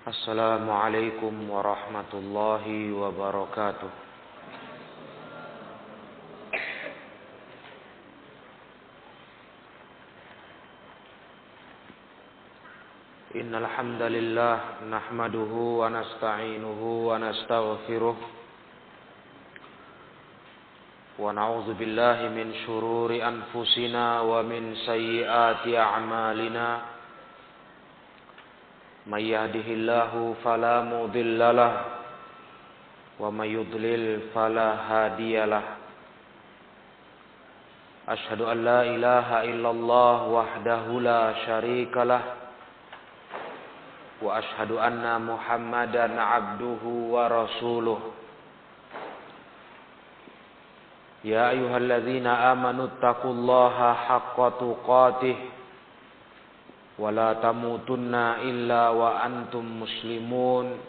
Assalamualaikum warahmatullahi wabarakatuh. Innal hamdalillah nahmaduhu wa nasta'inuhu wa nastaghfiruh wa na'udzu billahi min shururi anfusina wa min sayyiati a'malina. May yahdihillahu fala mudilla lahu wa may yudlil fala hadiyalah. Asyhadu an la ilaha illallah wahdahu la syarikalah wa asyhadu anna Muhammadan abduhu wa rasuluh. Ya ayyuhalladzina amanu taqullaha haqqa tuqatih wa la tamutunna illa wa antum muslimun.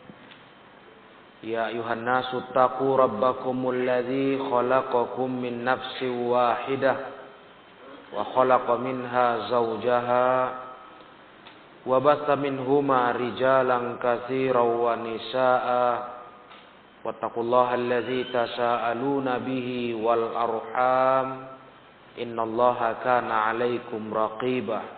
Ya ayuhan nasu taqu rabbakumul ladzi khalaqakum min nafsin wahidah wa khalaqa minha zawjaha wa batha minhuma rijalan katsiran wa nisaa'a wattaqullaha alladzi tasaaluna bihi wal arham innallaha kana 'alaikum raqiba.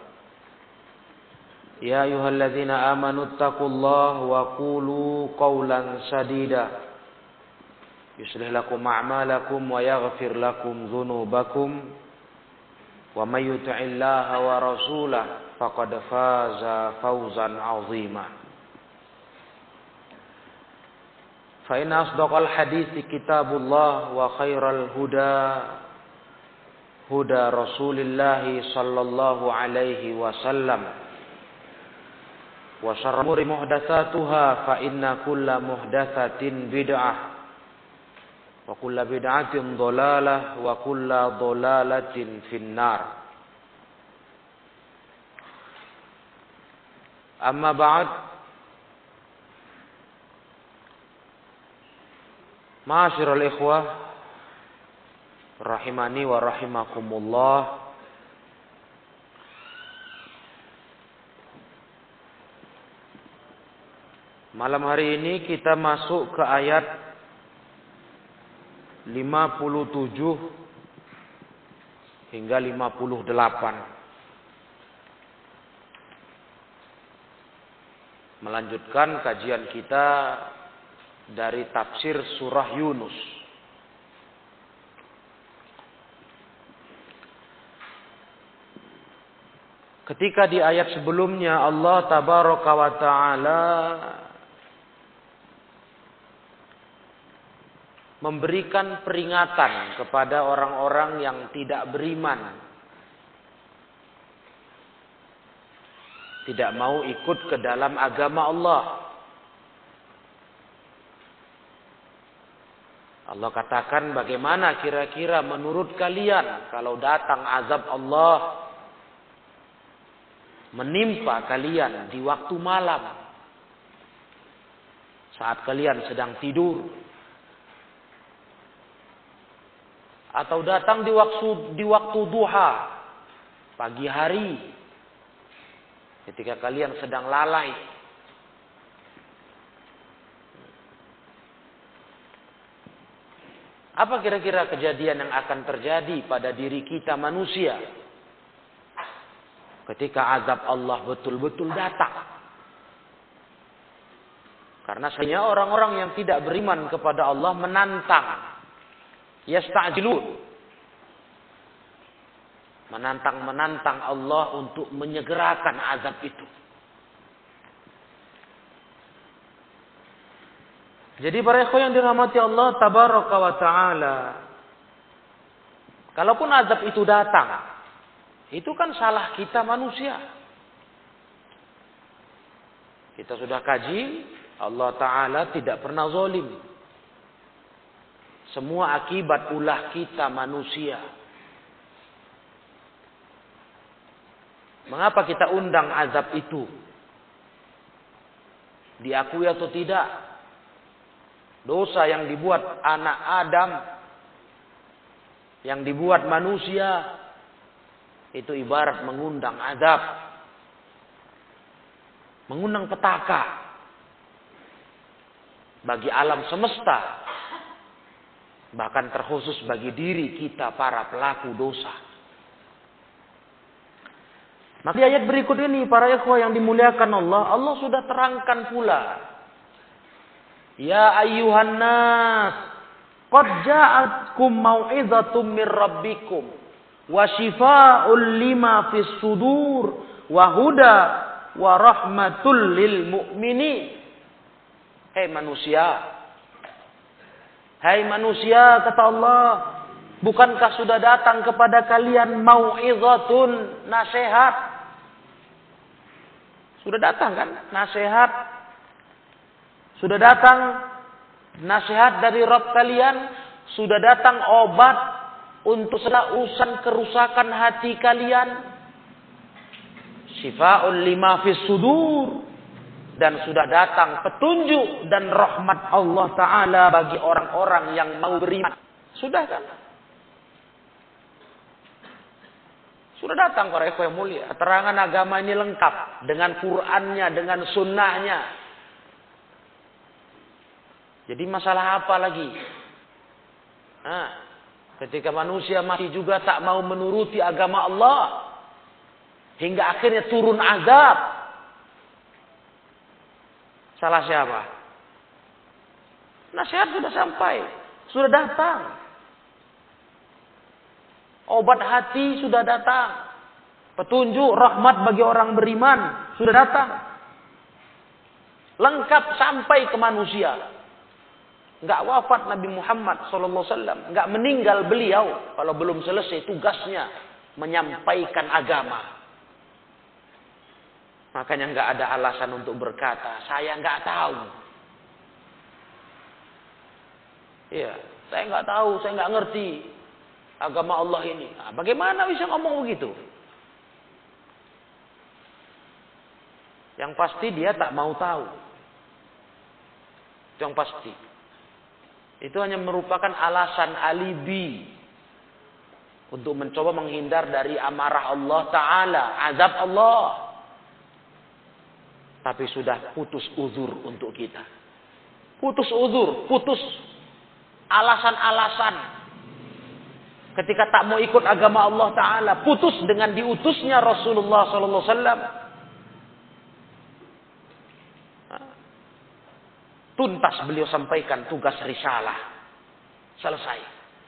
Ya ayyuhalladzina amanu taqullaha wa qulu qawlan sadida yuslih lakum a'malakum wa yaghfir lakum dzunubakum wa may yuti'illaha wa rasulahu faqad faza fawzan 'azima. Fa inna asdaqal hadithi kitabullah wa khairal huda huda Rasulillah sallallahu alaihi wasallam. Wa syarrul umuri muhdatsatuha fa inna kulla muhdatsatin bid'ah wa kulla bid'atin dhalalah wa kulla dhalalatin finnar. Amma ba'd. Ma'asyiral ikhwah rahimani wa rahimakumullah. Malam hari ini kita masuk ke ayat 57 hingga 58. Melanjutkan kajian kita dari tafsir surah Yunus. Ketika di ayat sebelumnya Allah tabaraka wa ta'ala memberikan peringatan kepada orang-orang yang tidak beriman, tidak mau ikut ke dalam agama Allah. Allah katakan, bagaimana kira-kira menurut kalian kalau datang azab Allah menimpa kalian di waktu malam saat kalian sedang tidur, atau datang di waktu duha, pagi hari, ketika kalian sedang lalai. Apa kira-kira kejadian yang akan terjadi pada diri kita manusia ketika azab Allah betul-betul datang? Karena sebenarnya orang-orang yang tidak beriman kepada Allah menantang, yasta'jilun, menantang Allah untuk menyegerakan azab itu. Jadi para ikhwan yang dirahmati Allah tabaraka wa ta'ala, kalaupun azab itu datang, itu kan salah kita manusia. Kita sudah kaji, Allah Ta'ala tidak pernah zalim. Semua akibat ulah kita manusia. Mengapa kita undang azab itu? Diakui atau tidak? Dosa yang dibuat anak Adam, yang dibuat manusia, itu ibarat mengundang azab, mengundang petaka. bagi alam semesta, bahkan terkhusus bagi diri kita para pelaku dosa. Maka di ayat berikut ini para ikhwah yang dimuliakan Allah, Allah sudah terangkan pula. Ya ayyuhan nas, qad ja'atkum mau'izatum mir rabbikum wa shifaa'un lima fis sudur wa huda wa rahmatul lil mu'minin. Hei manusia, kata Allah, bukankah sudah datang kepada kalian mau'izatun, nasihat? Sudah datang kan nasihat? Sudah datang nasihat dari Rabb kalian, sudah datang obat untuk urusan kerusakan hati kalian. Syifa'un lima fis sudur, dan sudah datang petunjuk dan rahmat Allah Ta'ala bagi orang-orang yang mau beriman. Sudah kan? Sudah datang para ikhwan yang mulia. Keterangan agama ini lengkap dengan Qur'annya, dengan sunnahnya. Jadi masalah apa lagi? Ketika manusia masih juga tak mau menuruti agama Allah, hingga akhirnya turun azab. Salah siapa? Nasihat sudah sampai, sudah datang. Obat hati sudah datang. Petunjuk rahmat bagi orang beriman sudah datang. Lengkap sampai ke manusia. Enggak wafat Nabi Muhammad SAW, enggak meninggal beliau kalau belum selesai tugasnya menyampaikan agama. Makanya enggak ada alasan untuk berkata, saya enggak tahu. Iya, saya enggak tahu, saya enggak ngerti agama Allah ini. Nah, bagaimana bisa ngomong begitu? Yang pasti dia tak mau tahu. Yang pasti. Itu hanya merupakan alasan alibi untuk mencoba menghindar dari amarah Allah Ta'ala, azab Allah. Tapi sudah putus uzur untuk kita. Putus uzur, putus alasan-alasan. Ketika tak mau ikut agama Allah Ta'ala, putus dengan diutusnya Rasulullah SAW. Tuntas beliau sampaikan tugas risalah. Selesai.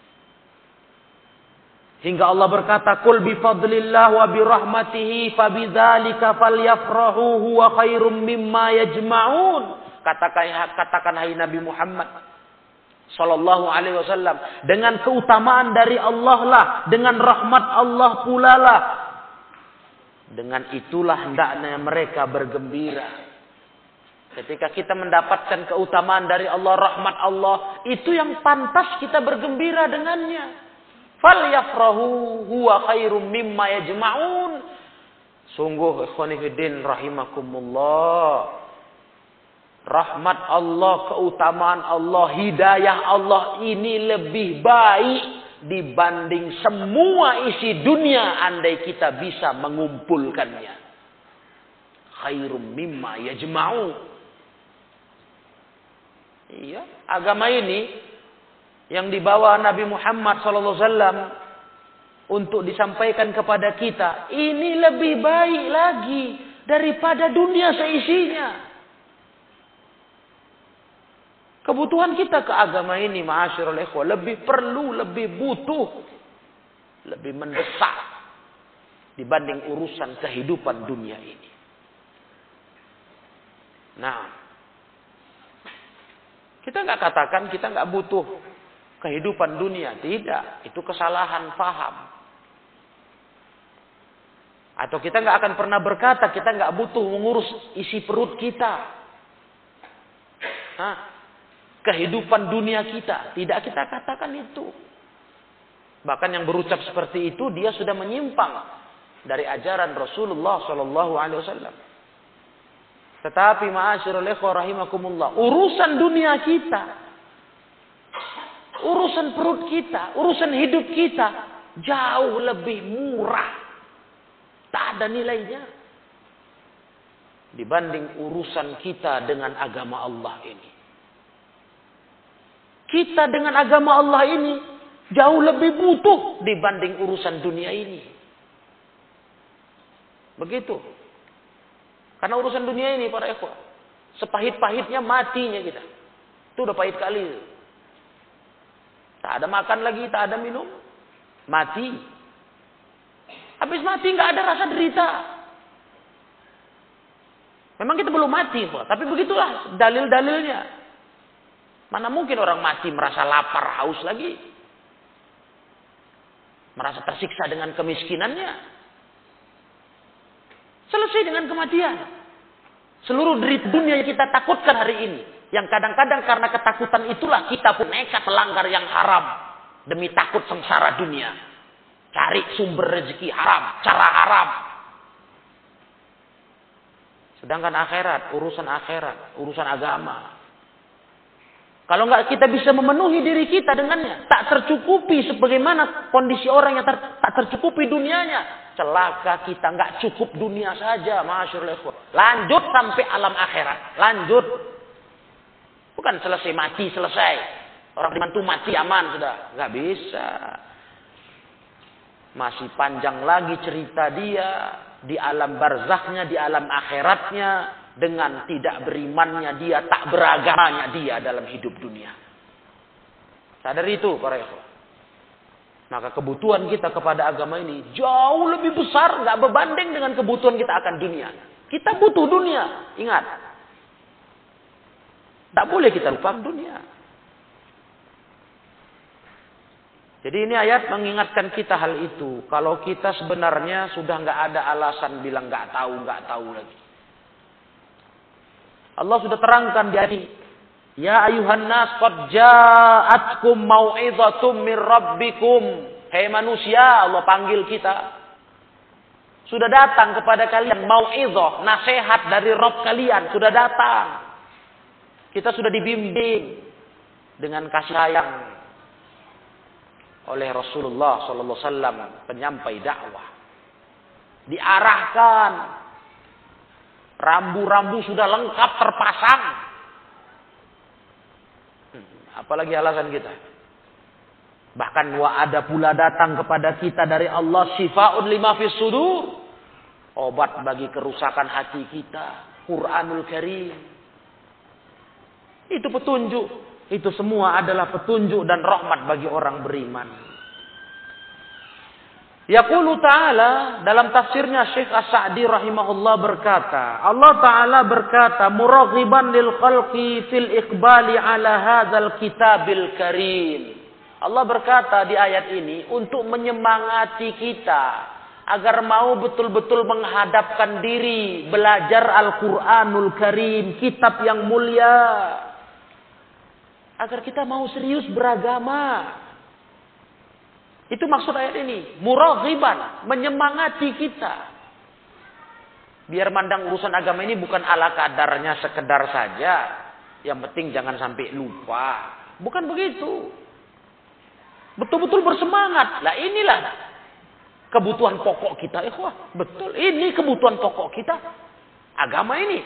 Hingga Allah berkata, "Qul bi fadlillah wa bi rahmatihi fabidzalika falyafrahu huwa khairum mimma yajma'un." Katakan hai Nabi Muhammad sallallahu alaihi wasallam, dengan keutamaan dari Allah lah, dengan rahmat Allah pula lah. Dengan itulah hendaknya mereka bergembira. Ketika kita mendapatkan keutamaan dari Allah, rahmat Allah, itu yang pantas kita bergembira dengannya. Falyafrahu huwa khairum mimma yajma'un. Sungguh ikhwani fiddin rahimakumullah, rahmat Allah, keutamaan Allah, hidayah Allah ini lebih baik dibanding semua isi dunia andai kita bisa mengumpulkannya. Khairum mimma yajma'un. Iya, agama ini yang dibawa Nabi Muhammad SAW untuk disampaikan kepada kita, ini lebih baik lagi daripada dunia seisinya. Kebutuhan kita ke agama ini, ma'asyiral ikhwah, lebih perlu, lebih butuh, lebih mendesak dibanding urusan kehidupan dunia ini. Nah, kita nggak katakan kita nggak butuh kehidupan dunia. Tidak. Itu kesalahan paham. Atau kita nggak akan pernah berkata kita nggak butuh mengurus isi perut kita. Kehidupan dunia kita. Tidak kita katakan itu. Bahkan yang berucap seperti itu dia sudah menyimpang dari ajaran Rasulullah SAW. Tetapi ma'asyiral ikhwah rahimakumullah, urusan dunia kita, urusan perut kita, urusan hidup kita jauh lebih murah. Tak ada nilainya dibanding urusan kita dengan agama Allah ini. Kita dengan agama Allah ini jauh lebih butuh dibanding urusan dunia ini. Begitu. Karena urusan dunia ini para ikhwah, sepahit-pahitnya matinya kita. Itu udah pahit kali. Tak ada makan lagi, tak ada minum. Mati. Habis mati nggak ada rasa derita. Memang kita belum mati, tapi begitulah dalil-dalilnya. Mana mungkin orang mati merasa lapar, haus lagi. Merasa tersiksa dengan kemiskinannya. Selesai dengan kematian. Seluruh derita dunia yang kita takutkan hari ini. Yang kadang-kadang karena ketakutan itulah kita pun nekat melanggar yang haram. Demi takut sengsara dunia. Cari sumber rezeki haram, cara haram. Sedangkan akhirat, urusan agama. Kalau enggak kita bisa memenuhi diri kita dengannya. Tak tercukupi sebagaimana kondisi orang yang tak tercukupi dunianya. Celaka kita, enggak cukup dunia saja. Masyaallah. Lanjut sampai alam akhirat. Lanjut. Bukan selesai mati, selesai. Orang dibantu mati aman sudah. Enggak bisa. Masih panjang lagi cerita dia. Di alam barzakhnya, di alam akhiratnya. Dengan tidak berimannya dia, tak beragamanya dia dalam hidup dunia. Sadar itu para ikhwah. Maka kebutuhan kita kepada agama ini jauh lebih besar, nggak berbanding dengan kebutuhan kita akan dunia. Kita butuh dunia, ingat. Tak boleh kita lupa dunia. Jadi ini ayat mengingatkan kita hal itu. Kalau kita sebenarnya sudah nggak ada alasan bilang nggak tahu lagi. Allah sudah terangkan di ayat ini. Ya ayuhan nas qad ja'atkum mau'izatum min rabbikum. Hei manusia, Allah panggil kita. Sudah datang kepada kalian mau'izah, nasihat dari Rabb kalian sudah datang. Kita sudah dibimbing dengan kasih sayang oleh Rasulullah sallallahu alaihi wasallam, penyampai dakwah. Diarahkan. Rambu-rambu sudah lengkap terpasang. Apalagi alasan kita. Bahkan ada pula datang kepada kita dari Allah syifaa'un lima fis sudur. Obat bagi kerusakan hati kita. Quranul Karim. Itu petunjuk. Itu semua adalah petunjuk dan rahmat bagi orang beriman. Yaqulu ta'ala dalam tafsirnya Syekh As-Sa'di rahimahullah berkata, Allah Ta'ala berkata, muraghiban lil khalqi fil iqbali ala hadzal kitabil karim. Allah berkata di ayat ini untuk menyemangati kita agar mau betul-betul menghadapkan diri belajar Al-Qur'anul Karim, kitab yang mulia. Agar kita mau serius beragama. Itu maksud ayat ini. Muraghiban. Menyemangati kita. Biar mandang urusan agama ini bukan ala kadarnya sekedar saja. Yang penting jangan sampai lupa. Bukan begitu. Betul-betul bersemangat. Lah inilah kebutuhan pokok kita. Wah, betul. Ini kebutuhan pokok kita. Agama ini.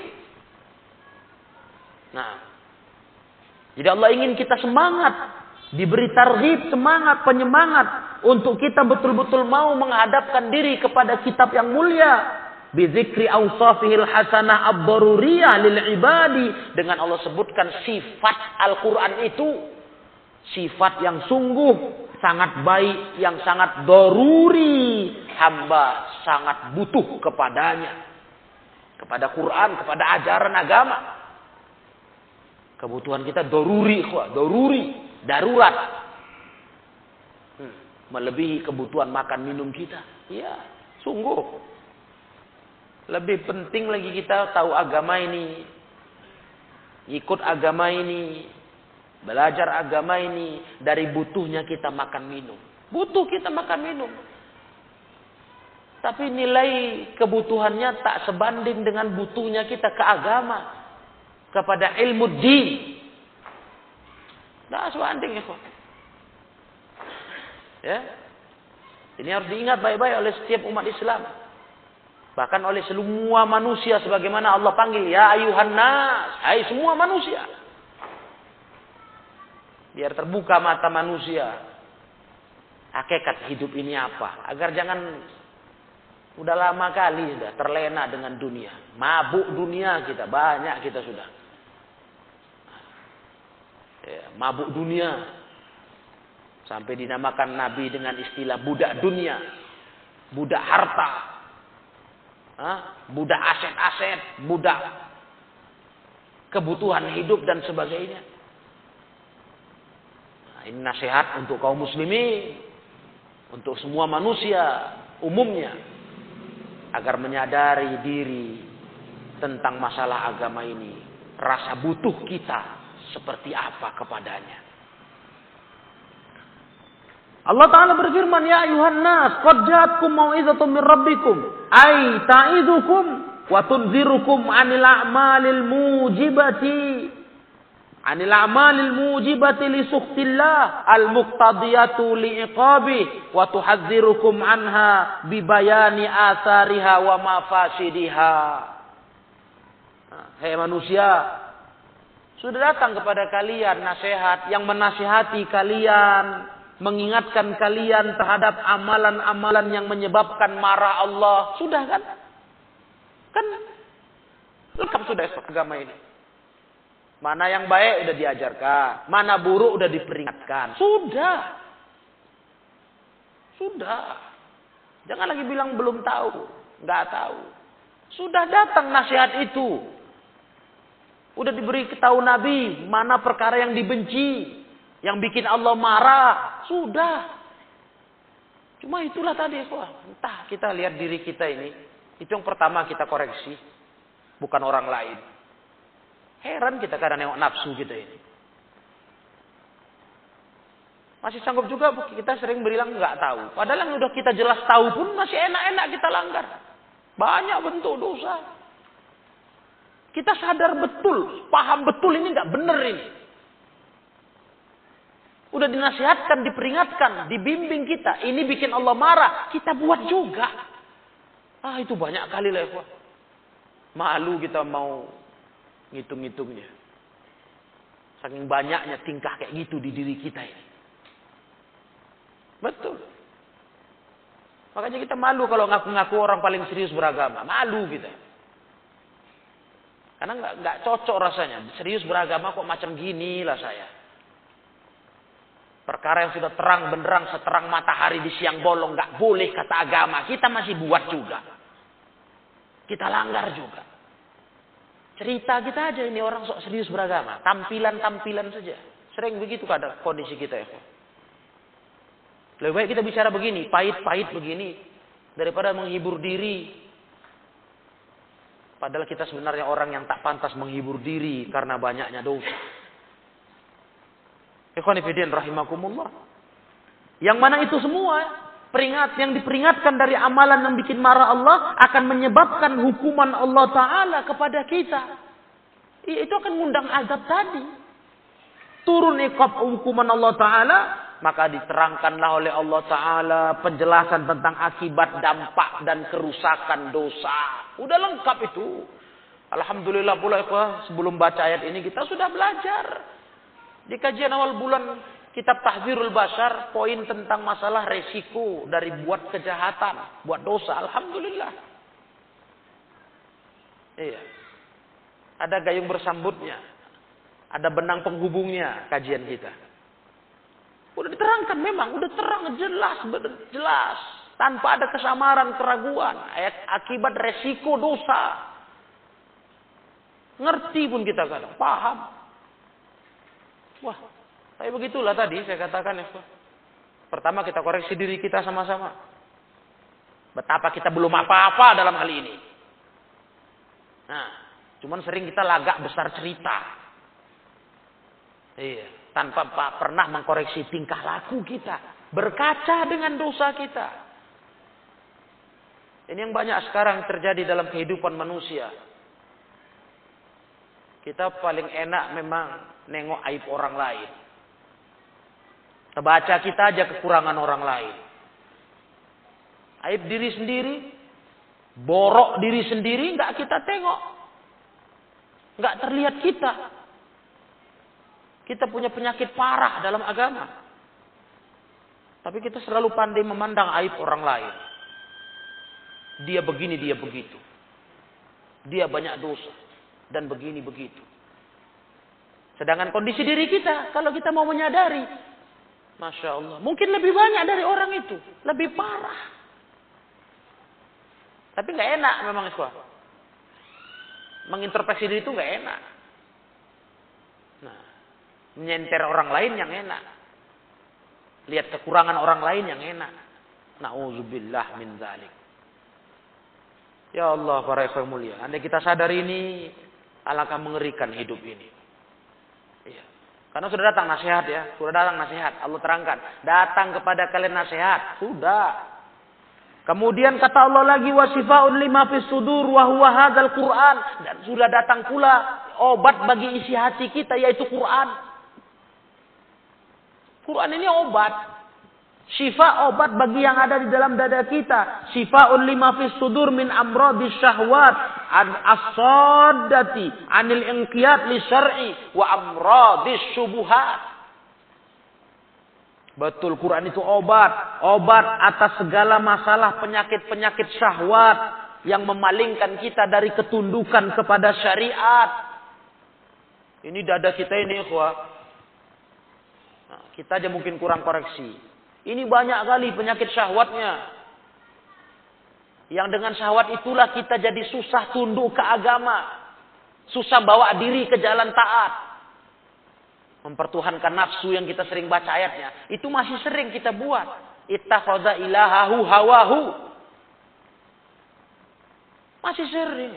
Nah. Jadi Allah ingin kita semangat. Diberi targhib, semangat, penyemangat untuk kita betul-betul mau menghadapkan diri kepada kitab yang mulia. Bizikri awsafihil hasanah ad-daruriyah lil ibadi. Dengan Allah sebutkan sifat Al-Quran itu. Sifat yang sungguh sangat baik, yang sangat daruri. Hamba sangat butuh kepadanya. Kepada Quran, kepada ajaran agama. Kebutuhan kita daruri, daruri. Darurat. Melebihi kebutuhan makan minum kita. Ya, sungguh. Lebih penting lagi kita tahu agama ini. Ikut agama ini. Belajar agama ini. Dari butuhnya kita makan minum. Butuh kita makan minum. Tapi nilai kebutuhannya tak sebanding dengan butuhnya kita ke agama. Kepada ilmu din. Nah, sebanding ya. Ini harus diingat baik-baik oleh setiap umat Islam. Bahkan oleh semua manusia sebagaimana Allah panggil ya ayuhan nas, hai semua manusia. Biar terbuka mata manusia. Hakikat hidup ini apa? Agar jangan, udah lama kali sudah terlena dengan dunia. Mabuk dunia kita, banyak kita sudah. Ya, mabuk dunia. Sampai dinamakan Nabi dengan istilah budak dunia. Budak harta. Budak aset-aset. Budak kebutuhan hidup dan sebagainya. Nah, ini nasihat untuk kaum muslimin. Untuk semua manusia umumnya. Agar menyadari diri tentang masalah agama ini. Rasa butuh kita seperti apa kepadanya. Allah Ta'ala berfirman, ya ayuhan nas, qad ja'atkum mau'izatun min rabbikum, ay ta'idukum wa tunzirukum 'anil a'malil mujibati li sukhtillah al-muqtadiyatu li'iqabih wa tuhadzirukum anha bi bayani athariha wa mafasidiha. Hei manusia, sudah datang kepada kalian nasihat yang menasihati kalian, mengingatkan kalian terhadap amalan-amalan yang menyebabkan marah Allah. Sudah kan? Kan lengkap sudah agama ini. Mana yang baik udah diajarkan, mana buruk udah diperingatkan. Sudah. Jangan lagi bilang belum tahu, nggak tahu. Sudah datang nasihat itu. Udah diberi ketahu Nabi mana perkara yang dibenci, yang bikin Allah marah. Sudah. Cuma itulah tadi, entah kita lihat diri kita ini. Itu yang pertama kita koreksi, bukan orang lain. Heran kita kadang nengok nafsu kita ini. Masih sanggup juga kita sering bilang nggak tahu. Padahal yang udah kita jelas tahu pun masih enak-enak kita langgar. Banyak bentuk dosa. Kita sadar betul, paham betul ini nggak benar ini. Udah dinasihatkan, diperingatkan, dibimbing kita. Ini bikin Allah marah, kita buat juga. Itu banyak kali lah ya. Malu kita mau ngitung-ngitungnya. Saking banyaknya tingkah kayak gitu di diri kita ini. Betul. Makanya kita malu kalau ngaku-ngaku orang paling serius beragama. Malu kita. Karena nggak cocok rasanya. Serius beragama kok macam gini lah saya. Perkara yang sudah terang benderang seterang matahari di siang bolong. Nggak boleh kata agama. Kita masih buat juga. Kita langgar juga. Cerita kita aja ini orang sok serius beragama. Tampilan-tampilan saja. Sering begitu kadang kondisi kita ya. Lebih baik kita bicara begini. Pahit-pahit begini. Daripada menghibur diri. Padahal kita sebenarnya orang yang tak pantas menghibur diri. Karena banyaknya dosa. Ikhwanifidin rahimakumullah. Yang mana itu semua. Yang diperingatkan dari amalan yang bikin marah Allah akan menyebabkan hukuman Allah Ta'ala kepada kita. Itu akan mengundang azab tadi. Turun iqab hukuman Allah Ta'ala, maka diterangkanlah oleh Allah Ta'ala penjelasan tentang akibat, dampak, dan kerusakan dosa. Udah lengkap itu. Alhamdulillah pula sebelum baca ayat ini kita sudah belajar. Di kajian awal bulan Kitab Tahdzirul Bashar, poin tentang masalah resiko dari buat kejahatan, buat dosa. Alhamdulillah. Iya. Ada gayung bersambutnya. Ada benang penghubungnya kajian kita. Udah diterangkan memang, udah terang, jelas. Tanpa ada kesamaran, keraguan. Ayat akibat resiko dosa. Ngerti pun kita kadang, paham. Wah. Tapi begitulah tadi saya katakan ya. Pertama kita koreksi diri kita sama-sama. Betapa kita belum apa-apa dalam hal ini. Nah, cuman sering kita lagak besar cerita. Iya, tanpa pernah mengkoreksi tingkah laku kita. Berkaca dengan dosa kita. Ini yang banyak sekarang terjadi dalam kehidupan manusia. Kita paling enak memang nengok aib orang lain. Terbaca kita aja kekurangan orang lain. Aib diri sendiri, borok diri sendiri nggak kita tengok, nggak terlihat kita. Kita punya penyakit parah dalam agama. Tapi kita selalu pandai memandang aib orang lain. Dia begini, dia begitu. Dia banyak dosa. Dan begini, begitu. Sedangkan kondisi diri kita, kalau kita mau menyadari, Masya Allah, mungkin lebih banyak dari orang itu. Lebih parah. Tapi nggak enak memang, ikhwah. Mengintrospeksi diri itu nggak enak. Nah, menyenter orang lain yang enak. Lihat kekurangan orang lain yang enak. Na'udzubillah min dzalik. Ya Allah, para ikhwan mulia, andai kita sadar ini, alangkah mengerikan hidup ini. Iya. Karena sudah datang nasihat ya, sudah datang nasihat. Allah terangkan, datang kepada kalian nasihat, sudah. Kemudian kata Allah lagi, wasifaun lima fis sudur wa huwa hadzal Qur'an, dan sudah datang pula obat bagi isi hati kita, yaitu Quran. Quran ini obat. Syifa, obat bagi yang ada di dalam dada kita. Syifaun lima fis sudur min amradis syahwat as-saddati anil inqiyad li syar'i wa amradis syubuhat. Betul, Quran itu obat. Obat atas segala masalah penyakit-penyakit syahwat yang memalingkan kita dari ketundukan kepada syariat. Ini dada kita ini, ikhwah. Nah, kita aja mungkin kurang koreksi. Ini banyak kali penyakit syahwatnya. Yang dengan syahwat itulah kita jadi susah tunduk ke agama. Susah bawa diri ke jalan taat. Mempertuhankan nafsu yang kita sering baca ayatnya. Itu masih sering kita buat. Ittakhadha ilahahu hawahu. Masih sering.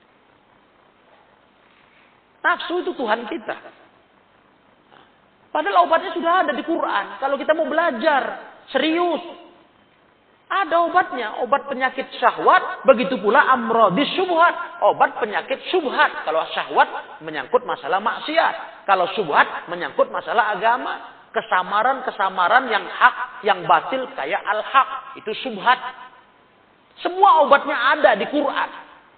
Nafsu itu Tuhan kita. Padahal obatnya sudah ada di Quran. Kalau kita mau belajar serius, ada obatnya. Obat penyakit syahwat, begitu pula amradis syubhat. Obat penyakit syubhat. Kalau syahwat menyangkut masalah maksiat. Kalau syubhat menyangkut masalah agama. Kesamaran-kesamaran yang hak, yang batil kayak al-haq. Itu syubhat. Semua obatnya ada di Quran.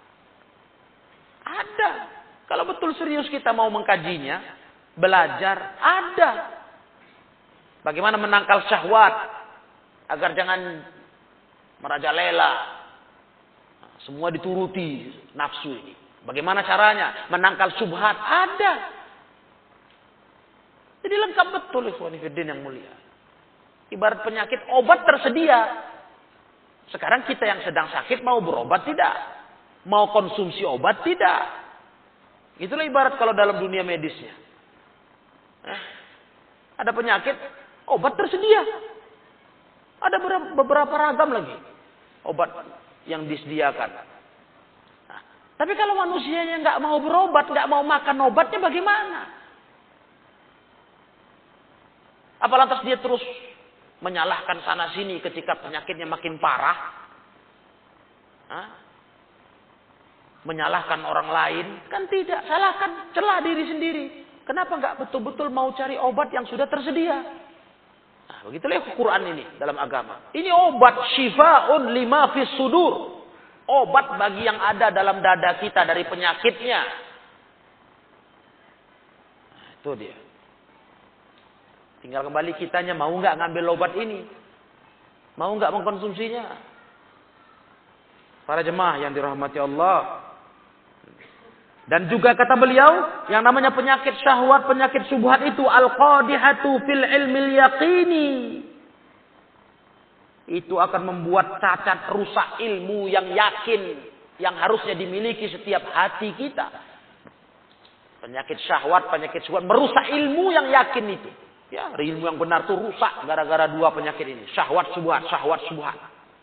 Ada. Kalau betul serius kita mau mengkajinya, belajar, ada. Bagaimana menangkal syahwat agar jangan merajalela. Semua dituruti nafsu ini. Bagaimana caranya menangkal syubhat? Ada. Jadi lengkap betul ikhwan fillah yang mulia. Ibarat penyakit, obat tersedia. Sekarang kita yang sedang sakit mau berobat tidak? Mau konsumsi obat tidak? Itulah ibarat kalau dalam dunia medisnya. Ada penyakit, obat tersedia. Ada beberapa ragam lagi obat yang disediakan. Nah, tapi kalau manusianya nggak mau berobat, nggak mau makan obatnya, bagaimana? Apa lantas dia terus menyalahkan sana sini ketika penyakitnya makin parah? Menyalahkan orang lain? Kan tidak, salahkan, celah diri sendiri. Kenapa nggak betul-betul mau cari obat yang sudah tersedia? Nah, begitulah Quran ini dalam agama. Ini obat syifaun lima fis sudur. Obat bagi yang ada dalam dada kita dari penyakitnya. Nah, itu dia. Tinggal kembali kitanya mau nggak ngambil obat ini? Mau nggak mengkonsumsinya? Para jemaah yang dirahmati Allah. Dan juga kata beliau, yang namanya penyakit syahwat, penyakit syubhat itu al-qadihatu fil ilmil yaqini. Itu akan membuat cacat, rusak ilmu yang yakin, yang harusnya dimiliki setiap hati kita. Penyakit syahwat, penyakit syubhat merusak ilmu yang yakin itu. Ya, ilmu yang benar itu rusak gara-gara dua penyakit ini. Syahwat, syubhat, syahwat, syubhat.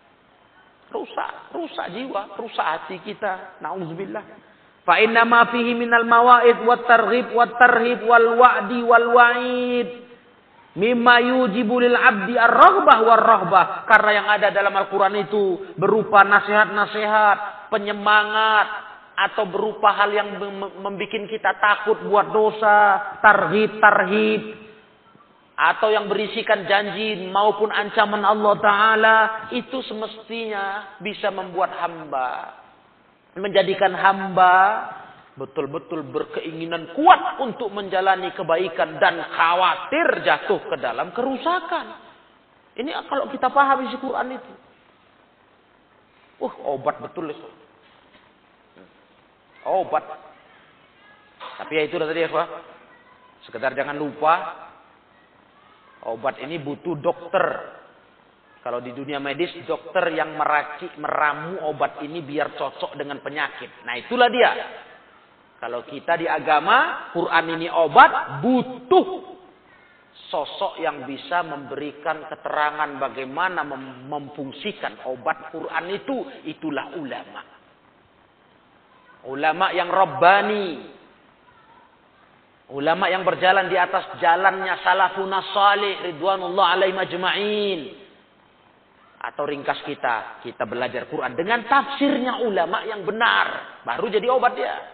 Rusak jiwa, rusak hati kita. Na'udzubillah. Fa inna ma fihi minal mawa'id wat targhib wal wa'di wal wa'id mimma yujibu lil 'abdi ar-raghbah war rahbah. Karena yang ada dalam Al-Qur'an itu berupa nasihat-nasihat, penyemangat, atau berupa hal yang membuat kita takut buat dosa, tarhib, atau yang berisikan janji maupun ancaman Allah Ta'ala, itu semestinya bisa membuat hamba, menjadikan hamba betul-betul berkeinginan kuat untuk menjalani kebaikan dan khawatir jatuh ke dalam kerusakan. Ini kalau kita paham isi Quran itu. Obat betul itu. Obat. Tapi ya itu tadi ya, Pak. Sekedar jangan lupa, obat ini butuh dokter. Kalau di dunia medis, dokter yang meramu obat ini biar cocok dengan penyakit. Nah itulah dia. Kalau kita di agama, Quran ini obat, butuh sosok yang bisa memberikan keterangan bagaimana memfungsikan obat Quran itu. Itulah ulama. Ulama yang Rabbani. Ulama yang berjalan di atas jalannya salafun salih ridwanullah alaihim ajma'in. Atau ringkas kita belajar Quran dengan tafsirnya ulama yang benar. Baru jadi obat dia.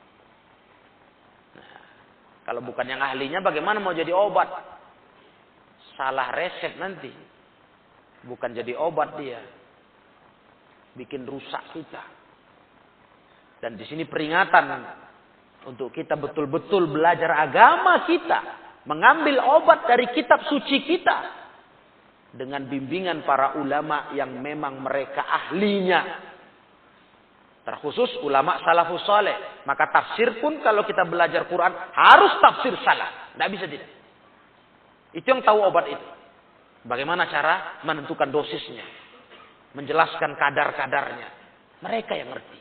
Kalau bukan yang ahlinya bagaimana mau jadi obat? Salah resep nanti. Bukan jadi obat dia. Bikin rusak kita. Dan di sini peringatan untuk kita betul-betul belajar agama kita. Mengambil obat dari kitab suci kita. Dengan bimbingan para ulama yang memang mereka ahlinya. Terkhusus ulama salafus saleh. Maka tafsir pun kalau kita belajar Quran harus tafsir salah. Tidak bisa tidak. Itu yang tahu obat itu. Bagaimana cara menentukan dosisnya. Menjelaskan kadar-kadarnya. Mereka yang ngerti.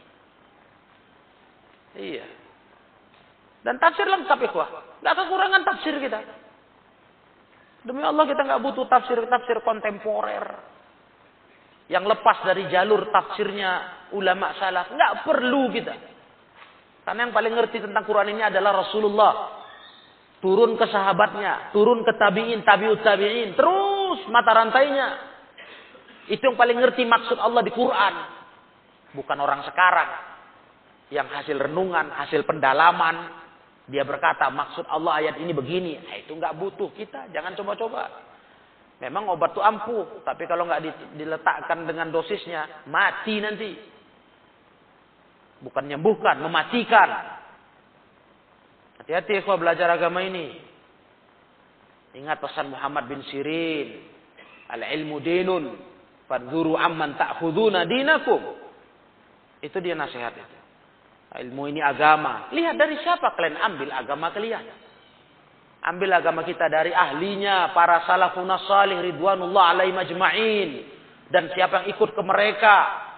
Iya. Dan tafsir lengkap ikhwah. Tidak kekurangan tafsir kita. Demi Allah kita nggak butuh tafsir kontemporer. Yang lepas dari jalur tafsirnya ulama salaf. Nggak perlu kita. Karena yang paling ngerti tentang Quran ini adalah Rasulullah. Turun ke sahabatnya. Turun ke tabi'in, tabi'ut tabi'in. Terus mata rantainya. Itu yang paling ngerti maksud Allah di Quran. Bukan orang sekarang. Yang hasil renungan, hasil pendalaman. Dia berkata maksud Allah ayat ini begini. Nah, itu nggak butuh kita. Jangan coba-coba. Memang obat itu ampuh. Tapi kalau nggak diletakkan dengan dosisnya. Mati nanti. Bukan menyembuhkan. Mematikan. Hati-hati kalau belajar agama ini. Ingat pesan Muhammad bin Sirin. Al-ilmu dinun. Fadzuru amman ta'khuduna dinakum. Itu dia nasihat itu. Ilmu ini agama. Lihat dari siapa kalian ambil agama kalian. Ambil agama kita dari ahlinya. Para salafun salih ridwanullah alaihim ajma'in. Dan siapa yang ikut ke mereka.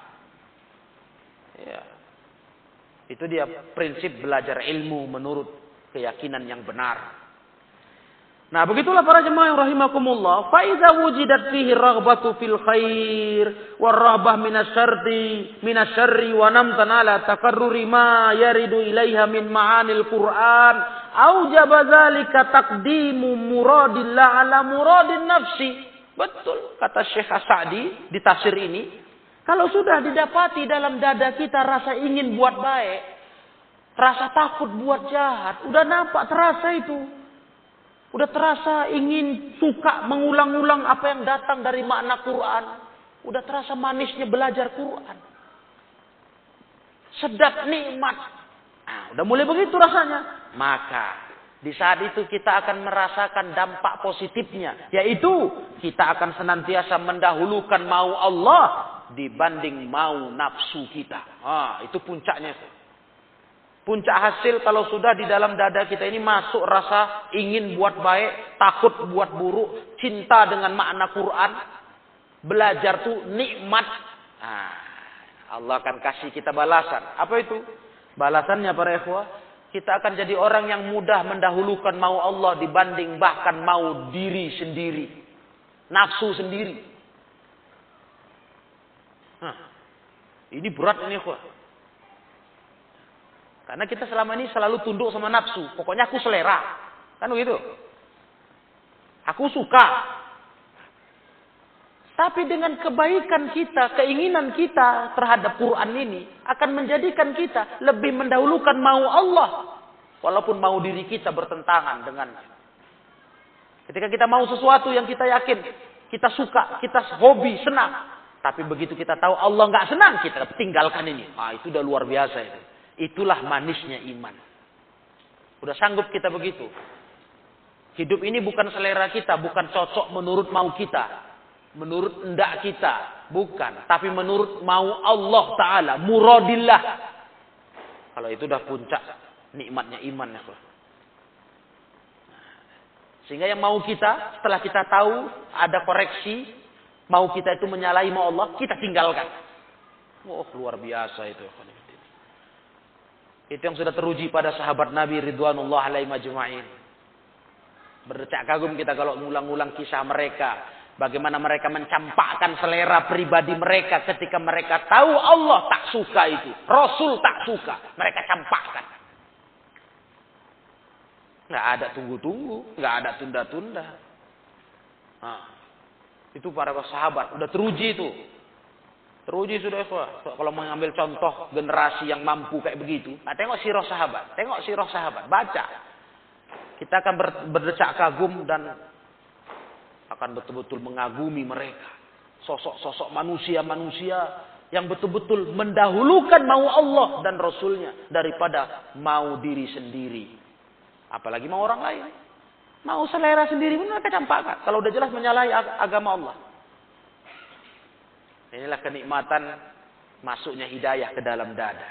Ya. Itu dia prinsip belajar ilmu menurut keyakinan yang benar. Nah begitulah para jemaah yang rahimakumullah. Faiza wujidat fihi raghbatu fil khair. Warrahbah minasyarri wa namtan ala takarruri ma yaridu ilaiha min ma'anil Qur'an. Aujaba zalika taqdimu muradillah ala muradin nafsi. Betul kata Syekh As-Sa'di di tafsir ini. Kalau sudah didapati dalam dada kita rasa ingin buat baik. Rasa takut buat jahat. Udah nampak terasa itu. Udah terasa ingin suka mengulang-ulang apa yang datang dari makna Quran. Udah terasa manisnya belajar Quran. Sedap nikmat. Nah, udah mulai begitu rasanya. Maka di saat itu kita akan merasakan dampak positifnya. Yaitu kita akan senantiasa mendahulukan mau Allah dibanding mau nafsu kita. Itu puncaknya. Puncak hasil kalau sudah di dalam dada kita ini masuk rasa ingin buat baik, takut buat buruk, cinta dengan makna Quran, belajar tuh nikmat. Allah akan kasih kita balasan. Apa itu? Balasannya para ikhwah, kita akan jadi orang yang mudah mendahulukan mau Allah dibanding bahkan mau diri sendiri, nafsu sendiri. Ini berat ini ikhwah. Karena kita selama ini selalu tunduk sama nafsu. Pokoknya aku selera. Kan begitu. Aku suka. Tapi dengan kebaikan kita, keinginan kita terhadap Quran ini akan menjadikan kita lebih mendahulukan mau Allah. Walaupun mau diri kita bertentangan dengannya. Ketika kita mau sesuatu yang kita yakin, kita suka, kita hobi, senang. Tapi begitu kita tahu Allah nggak senang, kita tinggalkan ini. Itu udah luar biasa itu. Itulah manisnya iman. Udah sanggup kita begitu. Hidup ini bukan selera kita, bukan cocok menurut mau kita, menurut endak kita, bukan. Tapi menurut mau Allah Ta'ala, muradillah. Kalau itu udah puncak nikmatnya iman. Ya. Sehingga yang mau kita, setelah kita tahu ada koreksi, mau kita itu menyalahi mau Allah, kita tinggalkan. Oh, luar biasa itu. Itu yang sudah teruji pada sahabat Nabi Ridwanullah alaihi majma'in. Berdecak kagum kita kalau ngulang-ngulang kisah mereka. Bagaimana mereka mencampakkan selera pribadi mereka ketika mereka tahu Allah tak suka itu. Rasul tak suka. Mereka campakkan. Nggak ada tunggu-tunggu. Nggak ada tunda-tunda. Nah, itu para sahabat. Udah teruji itu. Teruji sudah kalau mengambil contoh generasi yang mampu kayak begitu. Nah, tengok sirah sahabat. Tengok sirah sahabat. Baca. Kita akan berdecak kagum dan akan betul-betul mengagumi mereka. Sosok-sosok manusia-manusia yang betul-betul mendahulukan mau Allah dan Rasulnya daripada mau diri sendiri. Apalagi mau orang lain. Mau selera sendiri pun mereka campakkan. Kalau udah jelas menyalahi agama Allah. Inilah kenikmatan masuknya hidayah ke dalam dada.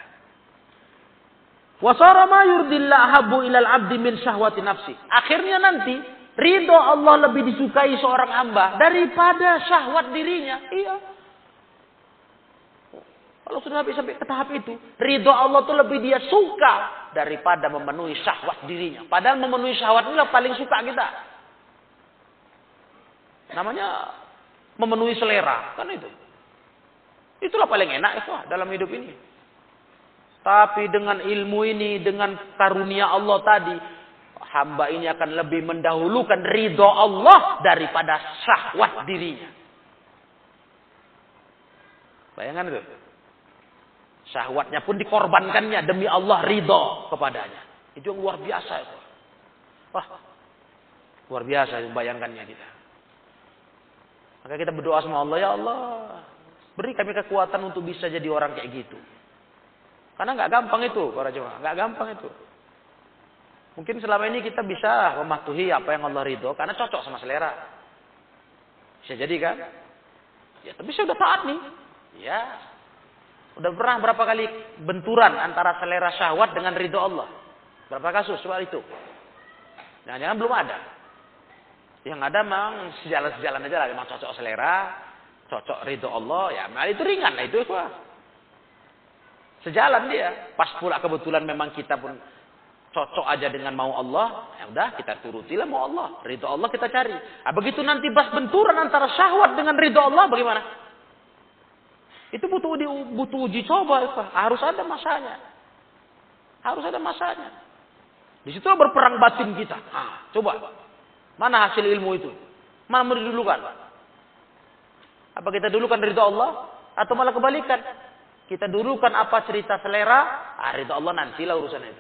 Wasara ma yurdillah habbu ilal abdi min syahwati nafsi. Akhirnya nanti ridho Allah lebih disukai seorang hamba daripada syahwat dirinya. Iya. Kalau sudah sampai ke tahap itu, ridho Allah itu lebih dia suka daripada memenuhi syahwat dirinya. Padahal memenuhi syahwat inilah paling suka kita. Namanya memenuhi selera, kan itu. Itulah paling enak itu dalam hidup ini. Tapi dengan ilmu ini, dengan karunia Allah tadi, hamba ini akan lebih mendahulukan ridho Allah daripada syahwat dirinya. Bayangkan itu. Syahwatnya pun dikorbankannya demi Allah ridho kepadanya. Itu yang luar biasa itu. Wah, luar biasa bayangkannya kita. Maka kita berdoa sama Allah, ya Allah, beri kami kekuatan untuk bisa jadi orang kayak gitu. Karena nggak gampang itu para jemaah, nggak gampang itu. Mungkin selama ini kita bisa mematuhi apa yang Allah ridho karena cocok sama selera. Bisa jadi kan? Ya, tapi saya udah taat nih. Ya, udah pernah berapa kali benturan antara selera syahwat dengan ridho Allah? Berapa kasus soal itu? Jangan-jangan belum ada. Yang ada memang sejalan-sejalan aja lah, memang cocok selera. Cocok ridho Allah, ya nah itu ringan lah itu. Sejalan dia. Pas pula kebetulan memang kita pun cocok aja dengan mau Allah, ya udah kita turutilah mau Allah. Ridho Allah kita cari. Nah, begitu nanti pas benturan antara syahwat dengan ridho Allah bagaimana? Itu butuh uji coba. Harus ada masanya. Harus ada masanya. Di situ berperang batin kita. Nah, coba. Mana hasil ilmu itu? Mana mendulukan? Apa kita dulukan ridho Allah? Atau malah kebalikan? Kita dulukan apa cerita selera? Ridho Allah nantilah urusan itu.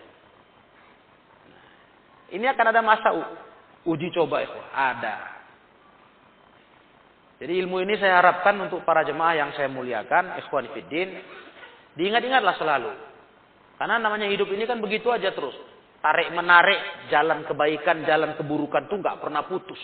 Ini akan ada masa uji coba itu. Ada. Jadi ilmu ini saya harapkan untuk para jemaah yang saya muliakan. Ikhwan fiddin. Diingat-ingatlah selalu. Karena namanya hidup ini kan begitu aja terus. Tarik-menarik. Jalan kebaikan, jalan keburukan itu nggak pernah putus.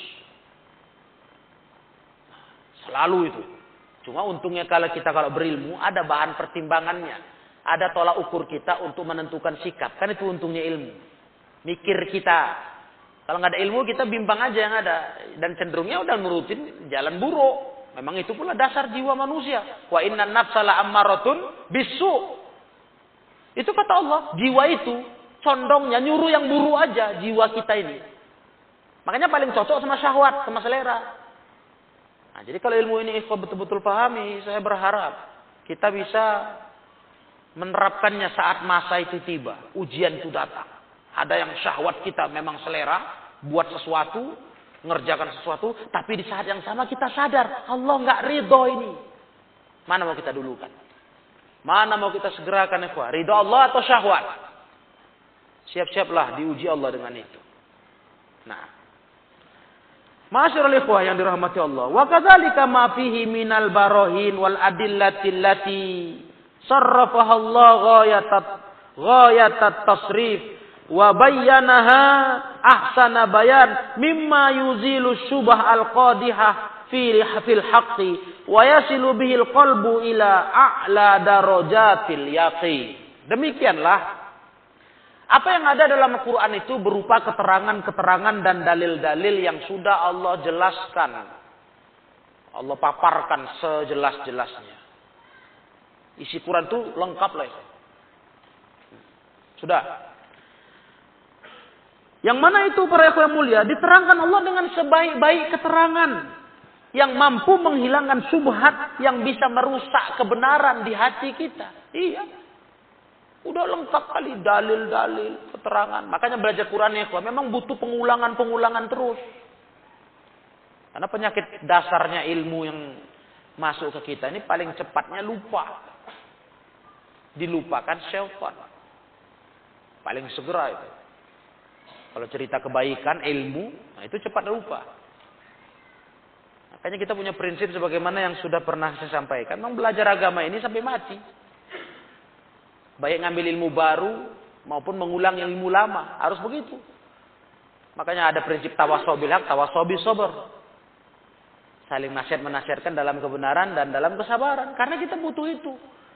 Selalu itu. Cuma untungnya kalau berilmu ada bahan pertimbangannya. Ada tolak ukur kita untuk menentukan sikap. Kan itu untungnya ilmu. Mikir kita. Kalau nggak ada ilmu kita bimbang aja yang ada. Dan cenderungnya udah nurutin jalan buruk. Memang itu pula dasar jiwa manusia. Wa inna nafsala ammaratun bisu. Itu kata Allah. Jiwa itu condongnya nyuruh yang buruk aja jiwa kita ini. Makanya paling cocok sama syahwat, sama selera. Nah, jadi kalau ilmu ini ikhwan betul-betul pahami, saya berharap kita bisa menerapkannya saat masa itu tiba. Ujian itu datang. Ada yang syahwat kita memang selera, buat sesuatu, ngerjakan sesuatu, tapi di saat yang sama kita sadar, Allah nggak ridho ini. Mana mau kita dulukan? Mana mau kita segerakan ikhwan? Ridho Allah atau syahwat? Siap-siaplah diuji Allah dengan itu. Nah, Ma'asyiral ikhwah yang dirahmati Allah. Wa kadzalika ma fihi minal barahin wal adillati allati sarrafaha Allah ghayatat tasrif wa bayyanaha ahsana bayan mimma yuzilu syubah al-qadihah fil haqqi wa yasilu bihil qalbu ila a'la darajatil yaqin. Demikianlah apa yang ada dalam Al-Quran itu berupa keterangan-keterangan dan dalil-dalil yang sudah Allah jelaskan. Allah paparkan sejelas-jelasnya. Isi Quran itu lengkap lah itu. Sudah. Yang mana itu para ikhwan mulia diterangkan Allah dengan sebaik-baik keterangan yang mampu menghilangkan subhat yang bisa merusak kebenaran di hati kita. Iya. Udah lengkap kali dalil-dalil, keterangan. Makanya belajar Quran ya, memang butuh pengulangan-pengulangan terus. Karena penyakit dasarnya ilmu yang masuk ke kita ini paling cepatnya lupa. Dilupakan syaitan. Paling segera itu. Kalau cerita kebaikan, ilmu, nah itu cepat lupa. Makanya kita punya prinsip sebagaimana yang sudah pernah saya sampaikan. Memang belajar agama ini sampai mati. Baik ngambil ilmu baru maupun mengulang ilmu lama. Harus begitu. Makanya ada prinsip tawasobil haq, tawasobil sober. Saling nasihat menasihatkan dalam kebenaran dan dalam kesabaran. Karena kita butuh itu.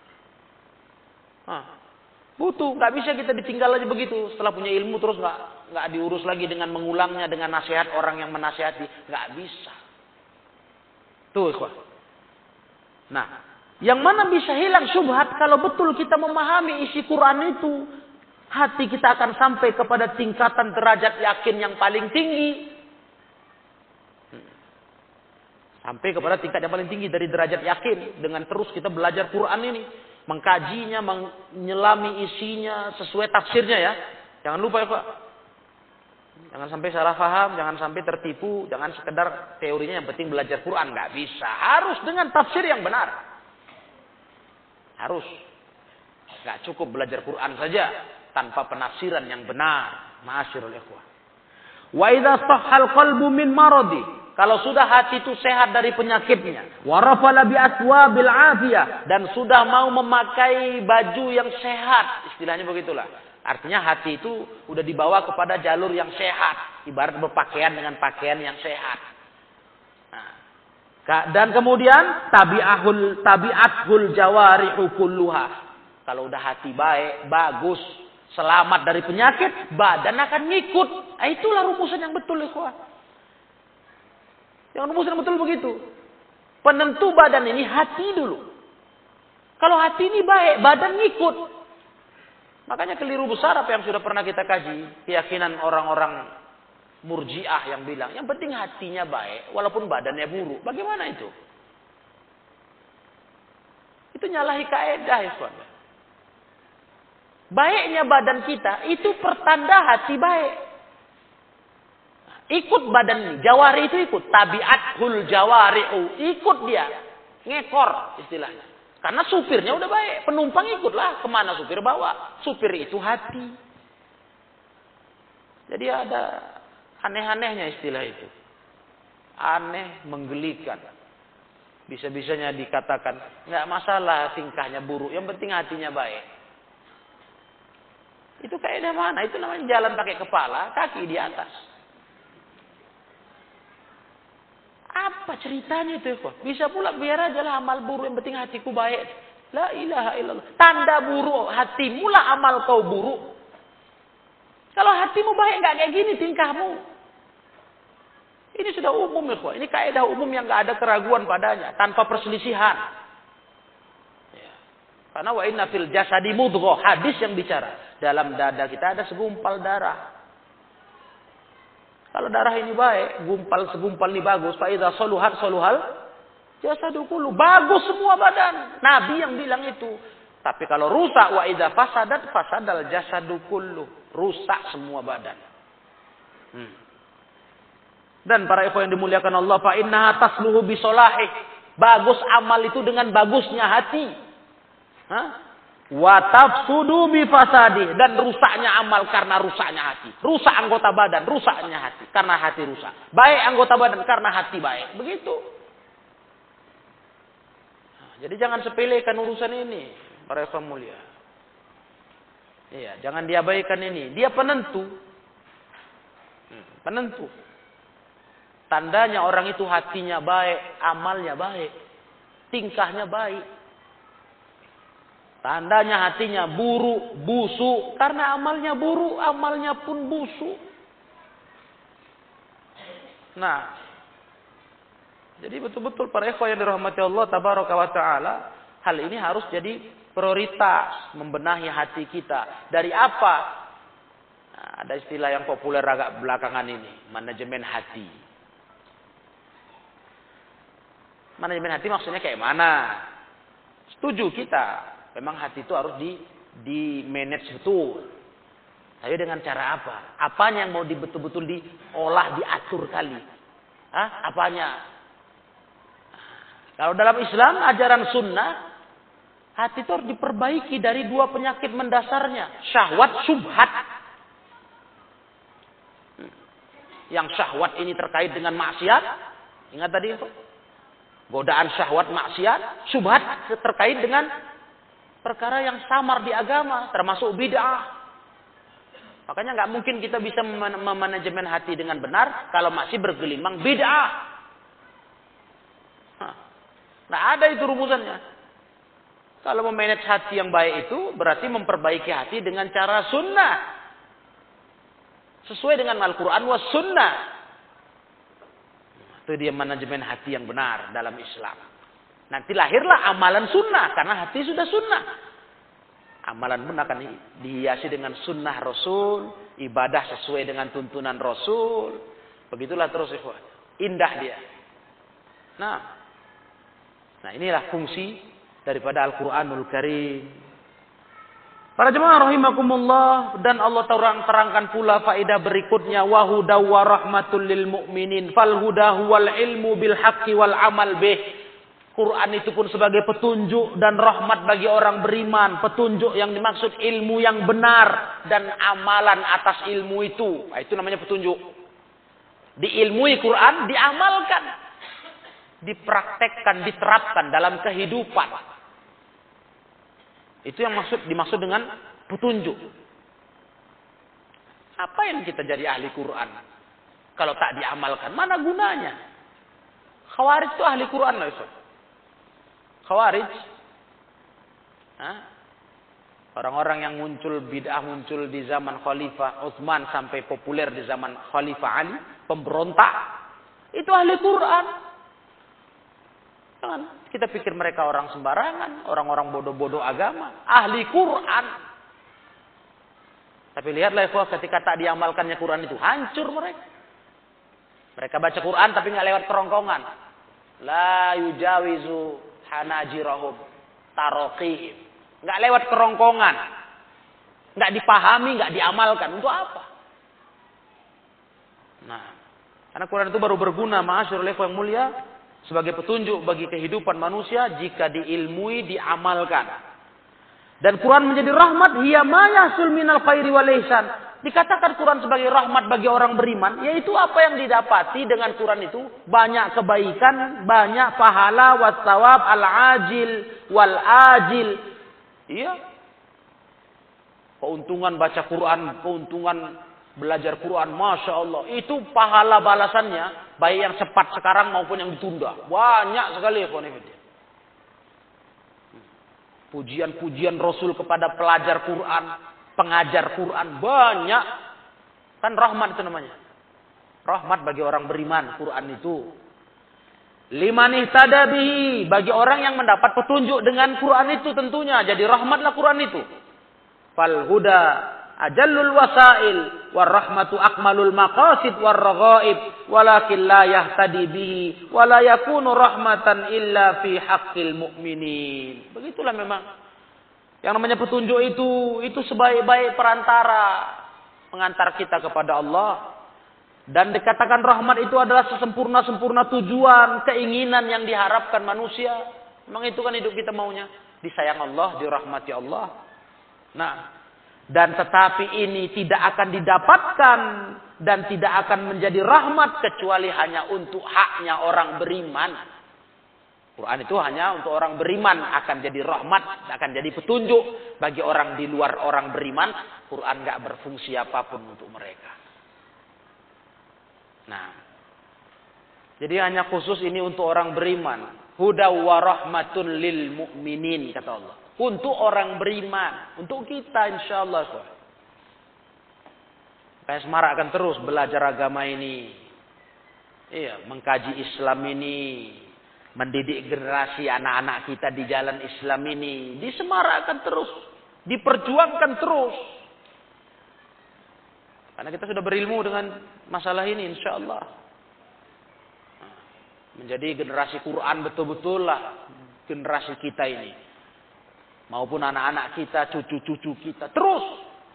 Butuh. Nggak bisa kita ditinggal aja begitu. Setelah punya ilmu terus nggak diurus lagi dengan mengulangnya. Dengan nasihat orang yang menasihati. Nggak bisa. Tuh ikhwah. Nah. Yang mana bisa hilang syubhat kalau betul kita memahami isi Quran itu. Hati kita akan sampai kepada tingkatan derajat yakin yang paling tinggi. Sampai kepada tingkat yang paling tinggi dari derajat yakin. Dengan terus kita belajar Quran ini. Mengkajinya, menyelami isinya sesuai tafsirnya ya. Jangan lupa ya Pak. Jangan sampai salah paham, jangan sampai tertipu. Jangan sekedar teorinya yang penting belajar Quran. Nggak bisa. Harus dengan tafsir yang benar. Harus. Gak cukup belajar Quran saja tanpa penafsiran yang benar. Ma'asyirul ikhwah. Wa idza sahhal qalbu min maradi. Kalau sudah hati itu sehat dari penyakitnya. Wa rafala bi aswabil afiyah. Dan sudah mau memakai baju yang sehat. Istilahnya begitulah. Artinya hati itu udah dibawa kepada jalur yang sehat. Ibarat berpakaian dengan pakaian yang sehat. Dan kemudian tabi'athul jawarihu kulluha. Kalau udah hati baik, bagus, selamat dari penyakit, badan akan ngikut. Nah, itulah rumusan yang betul ikhwah. Yang rumusan yang betul begitu. Penentu badan ini hati dulu. Kalau hati ini baik, badan ngikut. Makanya keliru besar apa yang sudah pernah kita kaji. Keyakinan orang-orang Murji'ah yang bilang, yang penting hatinya baik, walaupun badannya buruk. Bagaimana itu? Itu nyalahi kaedah ya, saudara. Baiknya badan kita, itu pertanda hati baik. Ikut badan ini, jawari itu ikut. Tabi'athul jawari'u, ikut dia. Ngekor istilahnya. Karena supirnya udah baik, penumpang ikutlah. Kemana supir bawa? Supir itu hati. Jadi ada aneh-anehnya istilah itu. Aneh, menggelikan. Bisa-bisanya dikatakan, nggak masalah tingkahnya buruk, yang penting hatinya baik. Itu kaidah mana? Itu namanya jalan pakai kepala, kaki di atas. Apa ceritanya itu? Bisa pula biar aja lah amal buruk, yang penting hatiku baik. La ilaha illallah. Tanda buruk hatimu lah amal kau buruk. Kalau hatimu baik nggak kayak gini tingkahmu. Ini sudah umum ya, ini kaidah umum yang nggak ada keraguan padanya, tanpa perselisihan. Ya. Karena wa inna fil jasadi mudghah, hadis yang bicara dalam dada kita ada segumpal darah. Kalau darah ini baik, segumpal ini bagus, fa idza saluhat saluhal jasadu kullu, bagus semua badan. Nabi yang bilang itu. Tapi kalau rusak wa idza fasadat fasadal jasadu kullu, rusak semua badan. Dan para ikhwan yang dimuliakan Allah, fa innaha tasluhu bi solahih. Bagus amal itu dengan bagusnya hati. Wa tafsudu bi fasadih, dan rusaknya amal karena rusaknya hati. Rusak anggota badan, rusaknya hati karena hati rusak. Baik anggota badan karena hati baik. Begitu. Jadi jangan sepelekan urusan ini, para ikhwan mulia. Iya, jangan diabaikan ini. Dia penentu. Penentu. Tandanya orang itu hatinya baik, amalnya baik, tingkahnya baik. Tandanya hatinya buruk, busuk, karena amalnya buruk, amalnya pun busuk. Nah, jadi betul-betul para ikhwah yang dirahmati Allah tabaraka wa taala, hal ini harus jadi prioritas membenahi hati kita. Dari apa? Nah, ada istilah yang populer agak belakangan ini, manajemen hati. Manajemen hati maksudnya kayak mana? Setuju kita. Memang hati itu harus di manage betul. Tapi dengan cara apa? Apanya yang mau betul-betul diolah, diatur kali? Apanya? Kalau dalam Islam, ajaran sunnah, hati itu harus diperbaiki dari dua penyakit mendasarnya. Syahwat, syubhat. Yang syahwat ini terkait dengan maksiat. Ingat tadi itu? Godaan syahwat maksiat. Syubhat terkait dengan perkara yang samar di agama, termasuk bid'ah. Makanya nggak mungkin kita bisa memanajemen hati dengan benar kalau masih bergelimang bid'ah. Nah, ada itu rumusannya. Kalau memanage hati yang baik itu berarti memperbaiki hati dengan cara sunnah, sesuai dengan Al-Quran was sunnah. Itu dia manajemen hati yang benar dalam Islam. Nanti lahirlah amalan sunnah, karena hati sudah sunnah. Amalan pun akan dihiasi dengan sunnah Rasul, ibadah sesuai dengan tuntunan Rasul. Begitulah terus, ikhwan. Indah dia. Nah inilah fungsi daripada Al-Quranul Karim. Para jemaah rahimakumullah, dan Allah terangkan pula faedah berikutnya, wa hudaw wa rahmatul lil mu'minin fal huda huwal ilmu bil haqqi wal amal bih. Quran itu pun sebagai petunjuk dan rahmat bagi orang beriman. Petunjuk yang dimaksud ilmu yang benar dan amalan atas ilmu itu. Nah, itu namanya petunjuk. Diilmui Quran, diamalkan, dipraktekkan, diterapkan dalam kehidupan. Itu yang dimaksud dengan petunjuk. Apa yang kita jadi ahli Quran kalau tak diamalkan? Mana gunanya? Khawarij itu ahli Quran loh, Ustaz. Khawarij, orang-orang yang muncul bid'ah muncul di zaman Khalifah Utsman sampai populer di zaman Khalifah Ali, pemberontak, itu ahli Quran. Jangan kita pikir mereka orang sembarangan, orang-orang bodoh-bodoh agama, ahli Quran. Tapi lihatlah ikhwah, ketika tak diamalkannya Quran itu, hancur mereka. Mereka baca Quran tapi nggak lewat kerongkongan. La yujawizu hanajirahum taraqihim. Nggak lewat kerongkongan. Nggak dipahami, nggak diamalkan. Untuk apa? Nah, karena Quran itu baru berguna, ma'asyarul ikhwah yang mulia, sebagai petunjuk bagi kehidupan manusia jika diilmui, diamalkan. Dan Quran menjadi rahmat, hiya ma yahsul minal khairi wal ihsan. Dikatakan Quran sebagai rahmat bagi orang beriman, yaitu apa yang didapati dengan Quran itu, banyak kebaikan, banyak pahala, wassawab al-ajil wal-ajil. Iya. Keuntungan baca Quran, keuntungan belajar Quran, Masya Allah. Itu pahala balasannya, baik yang cepat sekarang maupun yang ditunda. Banyak sekali. Pujian-pujian Rasul kepada pelajar Quran, pengajar Quran, banyak. Kan rahmat itu namanya. Rahmat bagi orang beriman, Quran itu. Liman ihtada bihi, bagi orang yang mendapat petunjuk dengan Quran itu tentunya. Jadi rahmatlah Quran itu. Fal huda ajallul wasail war rahmatu akmalul maqasid war raghaib walakin la yahtadi bihi wa la yakunu rahmatan illa fi haqqil mu'minin. Begitulah memang. Yang namanya petunjuk itu sebaik-baik perantara pengantar kita kepada Allah. Dan dikatakan rahmat itu adalah sesempurna-sempurna tujuan, keinginan yang diharapkan manusia. Memang itu kan hidup kita maunya. Disayang Allah, dirahmati Allah. Nah, dan tetapi ini tidak akan didapatkan dan tidak akan menjadi rahmat kecuali hanya untuk haknya orang beriman. Quran itu hanya untuk orang beriman, akan jadi rahmat, akan jadi petunjuk bagi orang di luar orang beriman. Quran nggak berfungsi apapun untuk mereka. Nah, jadi hanya khusus ini untuk orang beriman. Huda wa rahmatun lil mu'minin, kata Allah. Untuk orang beriman, untuk kita insyaallah. Kayak semarak akan terus belajar agama ini. Iya, mengkaji Islam ini, mendidik generasi anak-anak kita di jalan Islam ini, disemarakkan terus, diperjuangkan terus. Karena kita sudah berilmu dengan masalah ini insyaallah. Menjadi generasi Quran betul-betul lah generasi kita ini. Maupun anak-anak kita, cucu-cucu kita. Terus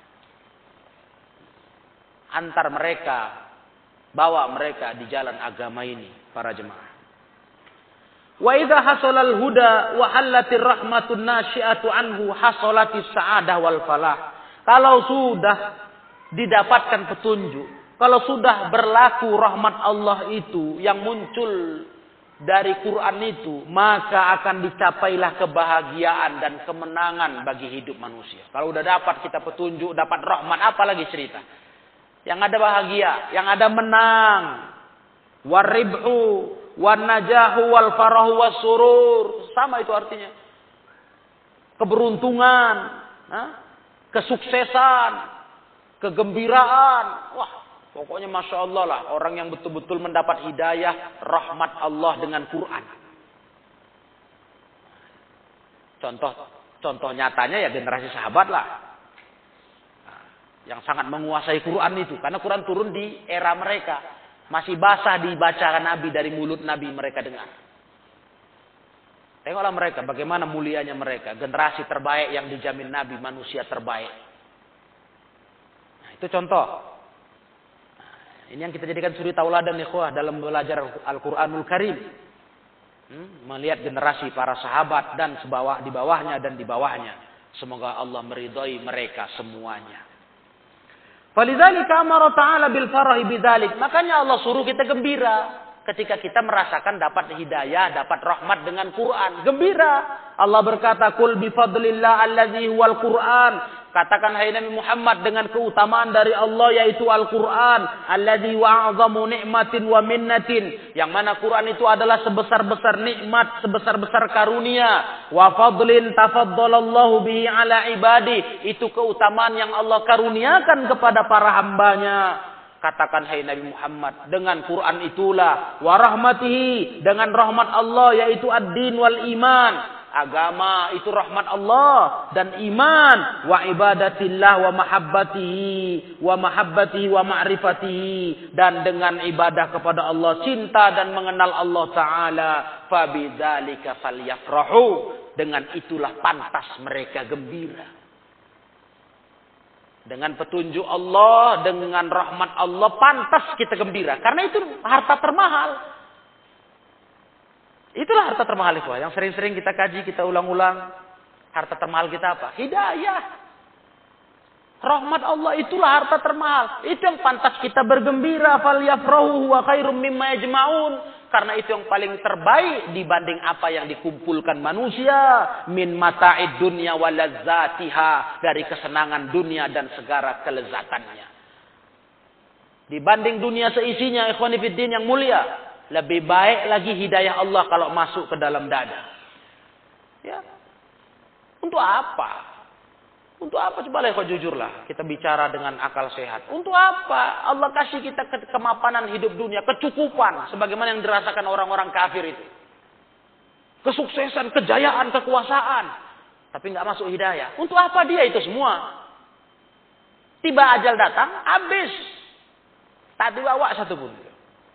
antar mereka, bawa mereka di jalan agama ini, para jemaah. Wa idza hasalal huda wa hallatir rahmatun nasyi'atu anhu hasalatis sa'adah wal falah. Kalau sudah didapatkan petunjuk, kalau sudah berlaku rahmat Allah itu yang muncul dari Quran itu, maka akan dicapailah kebahagiaan dan kemenangan bagi hidup manusia. Kalau udah dapat kita petunjuk, dapat rahmat, apalagi cerita. Yang ada bahagia, yang ada menang. Waribhu, wan najahu, wal farahu, was surur. Sama itu artinya. Keberuntungan, kesuksesan, kegembiraan. Wah, pokoknya Masya Allah lah. Orang yang betul-betul mendapat hidayah, rahmat Allah dengan Quran. Contoh nyatanya ya generasi sahabat lah. Yang sangat menguasai Quran itu. Karena Quran turun di era mereka. Masih basah dibacakan Nabi, dari mulut Nabi mereka dengar. Tengoklah mereka, bagaimana mulianya mereka. Generasi terbaik yang dijamin Nabi, manusia terbaik. Nah, itu contoh. Nah, ini yang kita jadikan suri tauladan ikhwah dalam belajar Al-Quranul Karim. Melihat generasi para sahabat dan di bawahnya dan di bawahnya. Semoga Allah meridhai mereka semuanya. Falidzalika amara ta'ala bil farahi bidzalik. Makanya Allah suruh kita gembira ketika kita merasakan dapat hidayah, dapat rahmat dengan Quran. Gembira. Allah berkata, "Qul bi fadlillah allazi huwal Qur'an." Katakan hai Nabi Muhammad dengan keutamaan dari Allah yaitu Al-Qur'an, allazi wa'azamu ni'matin wa minnatin, yang mana Quran itu adalah sebesar-besar nikmat, sebesar-besar karunia, wa fadlin tafaddalallahu bihi ala ibadi, itu keutamaan yang Allah karuniakan kepada para hambanya. Katakan hai Nabi Muhammad, dengan Quran itulah wa rahmatihi, dengan rahmat Allah yaitu ad-din wal iman. Agama itu rahmat Allah dan iman, wa ibadatillah wa mahabbatihi wa ma'rifatihi, dan dengan ibadah kepada Allah, cinta dan mengenal Allah Ta'ala. Fabidzalika falyafrahu, dengan itulah pantas mereka gembira. Dengan petunjuk Allah, dengan rahmat Allah, pantas kita gembira. Karena itu harta termahal. Itulah harta termahal itu yang sering-sering kita kaji, kita ulang-ulang. Harta termahal kita apa? Hidayah. Rahmat Allah itulah harta termahal. Itu yang pantas kita bergembira. Falyafrahu wa khairum mimma yajma'un. Karena itu yang paling terbaik dibanding apa yang dikumpulkan manusia. Min mata'id dunya wa lazzatiha. Dari kesenangan dunia dan segala kelezatannya. Dibanding dunia seisinya, ikhwani fiddin yang mulia. Lebih baik lagi hidayah Allah kalau masuk ke dalam dada. Ya. Untuk apa? Untuk apa? Cobalah kau jujurlah. Kita bicara dengan akal sehat. Untuk apa? Allah kasih kita kemapanan hidup dunia. Kecukupan. Sebagaimana yang dirasakan orang-orang kafir itu. Kesuksesan, kejayaan, kekuasaan. Tapi nggak masuk hidayah. Untuk apa dia itu semua? Tiba ajal datang, habis. Tak dibawa satupun.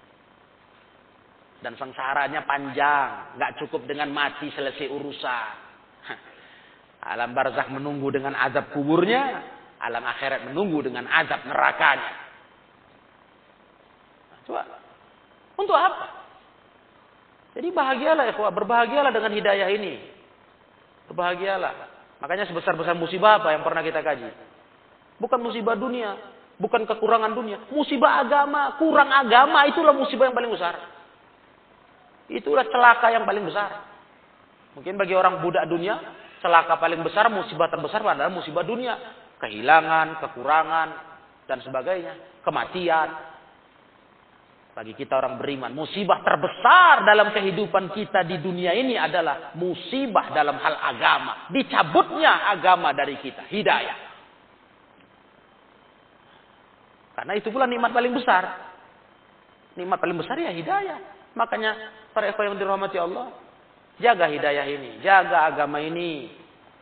Dan sengsaranya panjang. Nggak cukup dengan mati selesai urusan. Alam barzakh menunggu dengan azab kuburnya. Alam akhirat menunggu dengan azab nerakanya. Coba. Untuk apa? Jadi bahagialah ikhwah. Berbahagialah dengan hidayah ini. Berbahagialah. Makanya sebesar-besar musibah apa yang pernah kita kaji? Bukan musibah dunia. Bukan kekurangan dunia. Musibah agama. Kurang agama. Itulah musibah yang paling besar. Itulah celaka yang paling besar. Mungkin bagi orang budak dunia, celaka paling besar, musibah terbesar adalah musibah dunia. Kehilangan, kekurangan, dan sebagainya. Kematian. Bagi kita orang beriman, musibah terbesar dalam kehidupan kita di dunia ini adalah musibah dalam hal agama. Dicabutnya agama dari kita, hidayah. Karena itu pula nikmat paling besar. Nikmat paling besar ya hidayah. Makanya para ikhwan yang dirahmati Allah, jaga hidayah ini, jaga agama ini.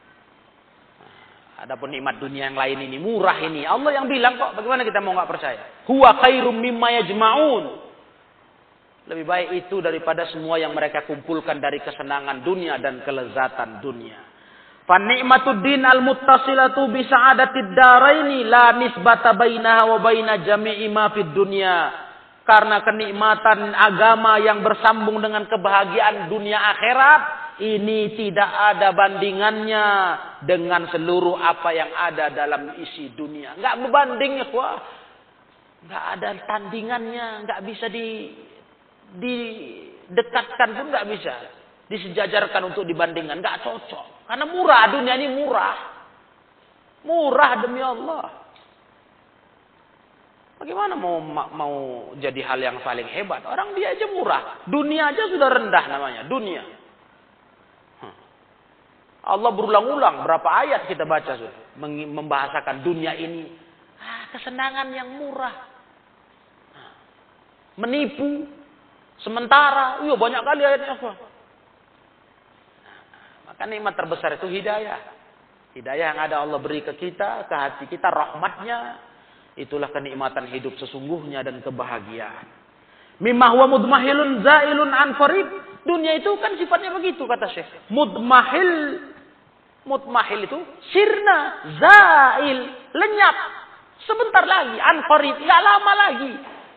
Adapun nikmat dunia yang lain ini, murah ini, Allah yang bilang kok, bagaimana kita mau nggak percaya? Huwa khairum mimma yajma'un. Lebih baik itu daripada semua yang mereka kumpulkan dari kesenangan dunia dan kelezatan dunia. Fa ni'matud din al-muttasilatu bi sa'adatid daraini la nisbata bainaha wa baina jami'i ma fid dunya. Karena kenikmatan agama yang bersambung dengan kebahagiaan dunia akhirat, ini tidak ada bandingannya dengan seluruh apa yang ada dalam isi dunia. Enggak berbanding ya, wah. Enggak ada tandingannya, enggak bisa didekatkan pun enggak bisa. Disejajarkan untuk dibandingkan, enggak cocok. Karena murah, dunia ini murah. Murah demi Allah. Bagaimana mau jadi hal yang paling hebat? Orang dia aja murah. Dunia aja sudah rendah namanya, dunia. Allah berulang-ulang berapa ayat kita baca sudah membahasakan dunia ini kesenangan yang murah, menipu sementara. Iya banyak kali ayatnya. Maka nikmat terbesar itu hidayah. Hidayah yang ada Allah beri ke kita, ke hati kita, rahmatnya. Itulah kenikmatan hidup sesungguhnya dan kebahagiaan. Mimma huwa mudmahilun zailun an qarib. Dunia itu kan sifatnya begitu kata Syekh. Mudmahil itu sirna, zail, lenyap. Sebentar lagi, an qarib, enggak lama lagi.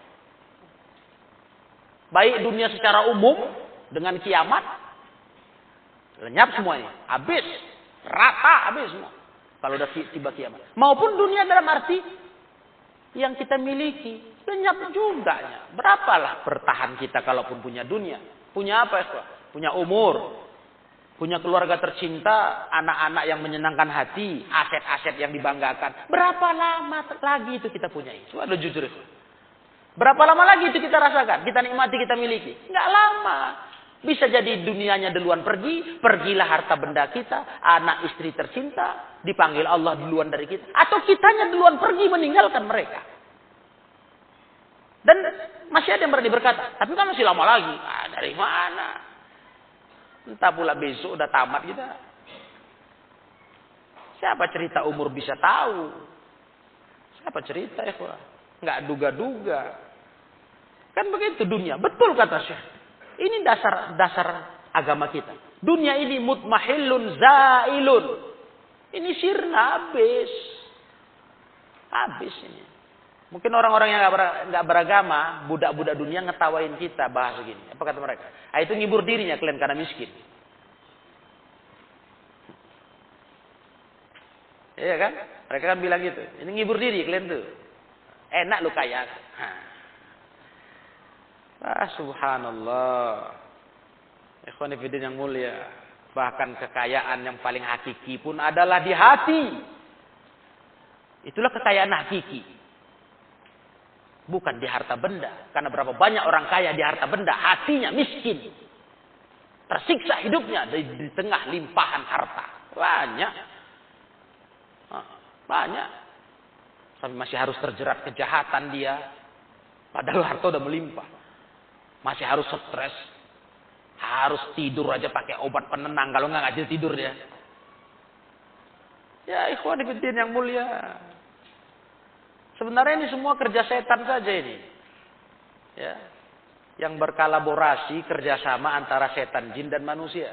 Baik dunia secara umum dengan kiamat, lenyap semuanya, habis, rata habis semua. Kalau udah tiba kiamat. Maupun dunia dalam arti yang kita miliki, lenyap juga. Berapalah bertahan kita kalaupun punya dunia? Punya apa ya? Punya umur, punya keluarga tercinta, anak-anak yang menyenangkan hati, aset-aset yang dibanggakan. Berapa lama lagi itu kita punya itu? Ada jujur itu. Berapa lama lagi itu kita rasakan, kita nikmati, kita miliki? Enggak lama. Bisa jadi dunianya duluan pergi, pergilah harta benda kita, anak istri tercinta, dipanggil Allah duluan dari kita. Atau kitanya duluan pergi meninggalkan mereka. Dan masih ada yang berani berkata, tapi kan masih lama lagi. Dari mana? Entah pula besok udah tamat kita. Siapa cerita umur bisa tahu? Siapa cerita ya? Nggak duga-duga. Kan begitu dunia. Betul kata Syekh. Ini dasar agama kita. Dunia ini mutmahillun zailun. Ini sirna habis. Habis ini. Mungkin orang-orang yang nggak beragama, budak-budak dunia ngetawain kita bahas begini. Apa kata mereka? Itu ngibur dirinya kalian karena miskin. Iya kan? Mereka kan bilang gitu. Ini ngibur diri kalian tuh. Enak lu kaya. Subhanallah. Ikhwan fillah yang mulia. Bahkan kekayaan yang paling hakiki pun adalah di hati. Itulah kekayaan hakiki. Bukan di harta benda. Karena berapa banyak orang kaya di harta benda. Hatinya miskin. Tersiksa hidupnya di tengah limpahan harta. Banyak. Banyak. Sampai masih harus terjerat kejahatan dia. Padahal harta udah melimpah. Masih harus stres. Harus tidur aja pakai obat penenang. Kalau nggak tidur dia. Ya ikhwan fillah yang mulia. Sebenarnya ini semua kerja setan saja ini. Ya. Yang berkolaborasi kerjasama antara setan, jin dan manusia.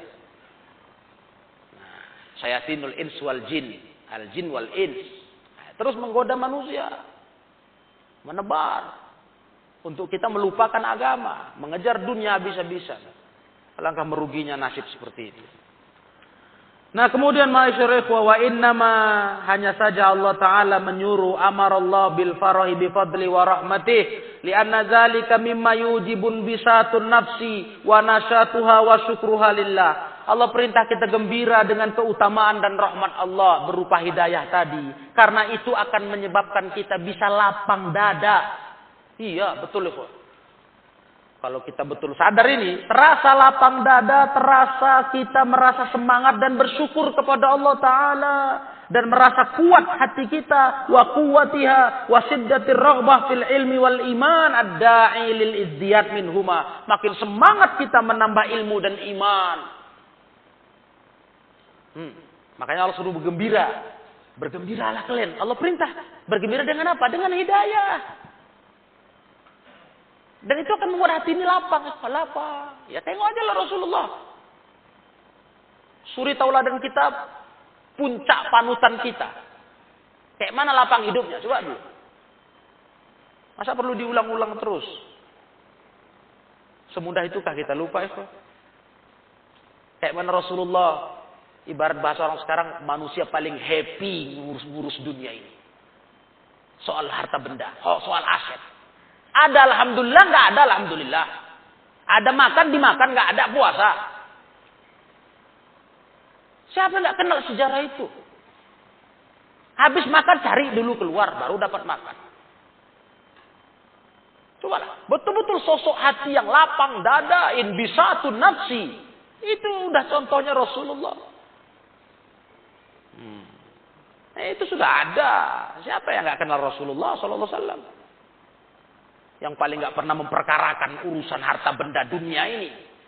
Syayatinul ins wal jin. Al jin wal ins. Terus menggoda manusia. Menebar. Untuk kita melupakan agama. Mengejar dunia habis-habisan. Alangkah meruginya nasib seperti itu. Nah kemudian ma'asyar ikhwah wa innama hanya saja Allah Ta'ala menyuruh amarallah bil farahi bi fadli wa rahmatih lianna zalika mimma yujibun bisatun nafsi wa nasyatuha wa syukruha lillah. Allah perintah kita gembira dengan keutamaan dan rahmat Allah berupa hidayah tadi. Karena itu akan menyebabkan kita bisa lapang dada. Iya, betul itu. Kalau kita betul sadar ini, terasa lapang dada, terasa kita merasa semangat dan bersyukur kepada Allah Ta'ala. Dan merasa kuat hati kita. Wa quwwatiha wa siddatir raghbah fil ilmi wal iman ad-da'i lil izdiyad minhuma. Makin semangat kita menambah ilmu dan iman. Makanya Allah suruh bergembira. Bergembiralah kalian. Allah perintah. Bergembira dengan apa? Dengan hidayah. Dan itu akan membuat hati ini lapang. Lapang. Ya tengok aja lah Rasulullah. Suri tauladan kita. Puncak panutan kita. Kayak mana lapang hidupnya? Coba dulu. Masa perlu diulang-ulang terus? Semudah itukah kita lupa itu? Kayak mana Rasulullah. Ibarat bahasa orang sekarang. Manusia paling happy ngurus-ngurus dunia ini. Soal harta benda. Soal aset. Ada alhamdulillah, nggak ada alhamdulillah. Ada makan, dimakan, nggak ada puasa. Siapa nggak kenal sejarah itu? Habis makan cari dulu keluar, baru dapat makan. Cobalah, betul-betul sosok hati yang lapang dada, inbisatun nafsi. Itu udah contohnya Rasulullah. Itu sudah ada. Siapa yang nggak kenal Rasulullah Sallallahu Alaihi Wasallam? Yang paling nggak pernah memperkarakan urusan harta benda dunia ini.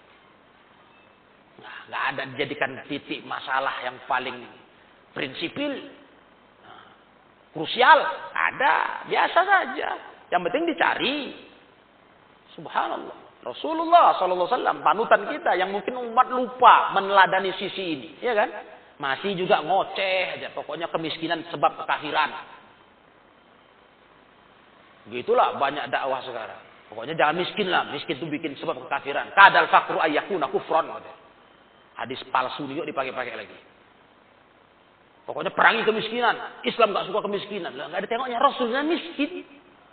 Nah, nggak ada dijadikan titik masalah yang paling prinsipil, krusial. Ada, biasa saja. Yang penting dicari. Subhanallah. Rasulullah Sallallahu Alaihi Wasallam, panutan kita yang mungkin umat lupa meneladani sisi ini, ya kan? Masih juga ngoceh aja. Pokoknya kemiskinan sebab kekafiran. Begitulah banyak dakwah sekarang. Pokoknya jangan miskin lah. Miskin itu bikin sebab kekafiran. Kadal fakru ayyakuna kufron. Hadis palsu juga dipakai-pakai lagi. Pokoknya perangi kemiskinan. Islam gak suka kemiskinan. Lah, gak ada tengoknya Rasulnya miskin.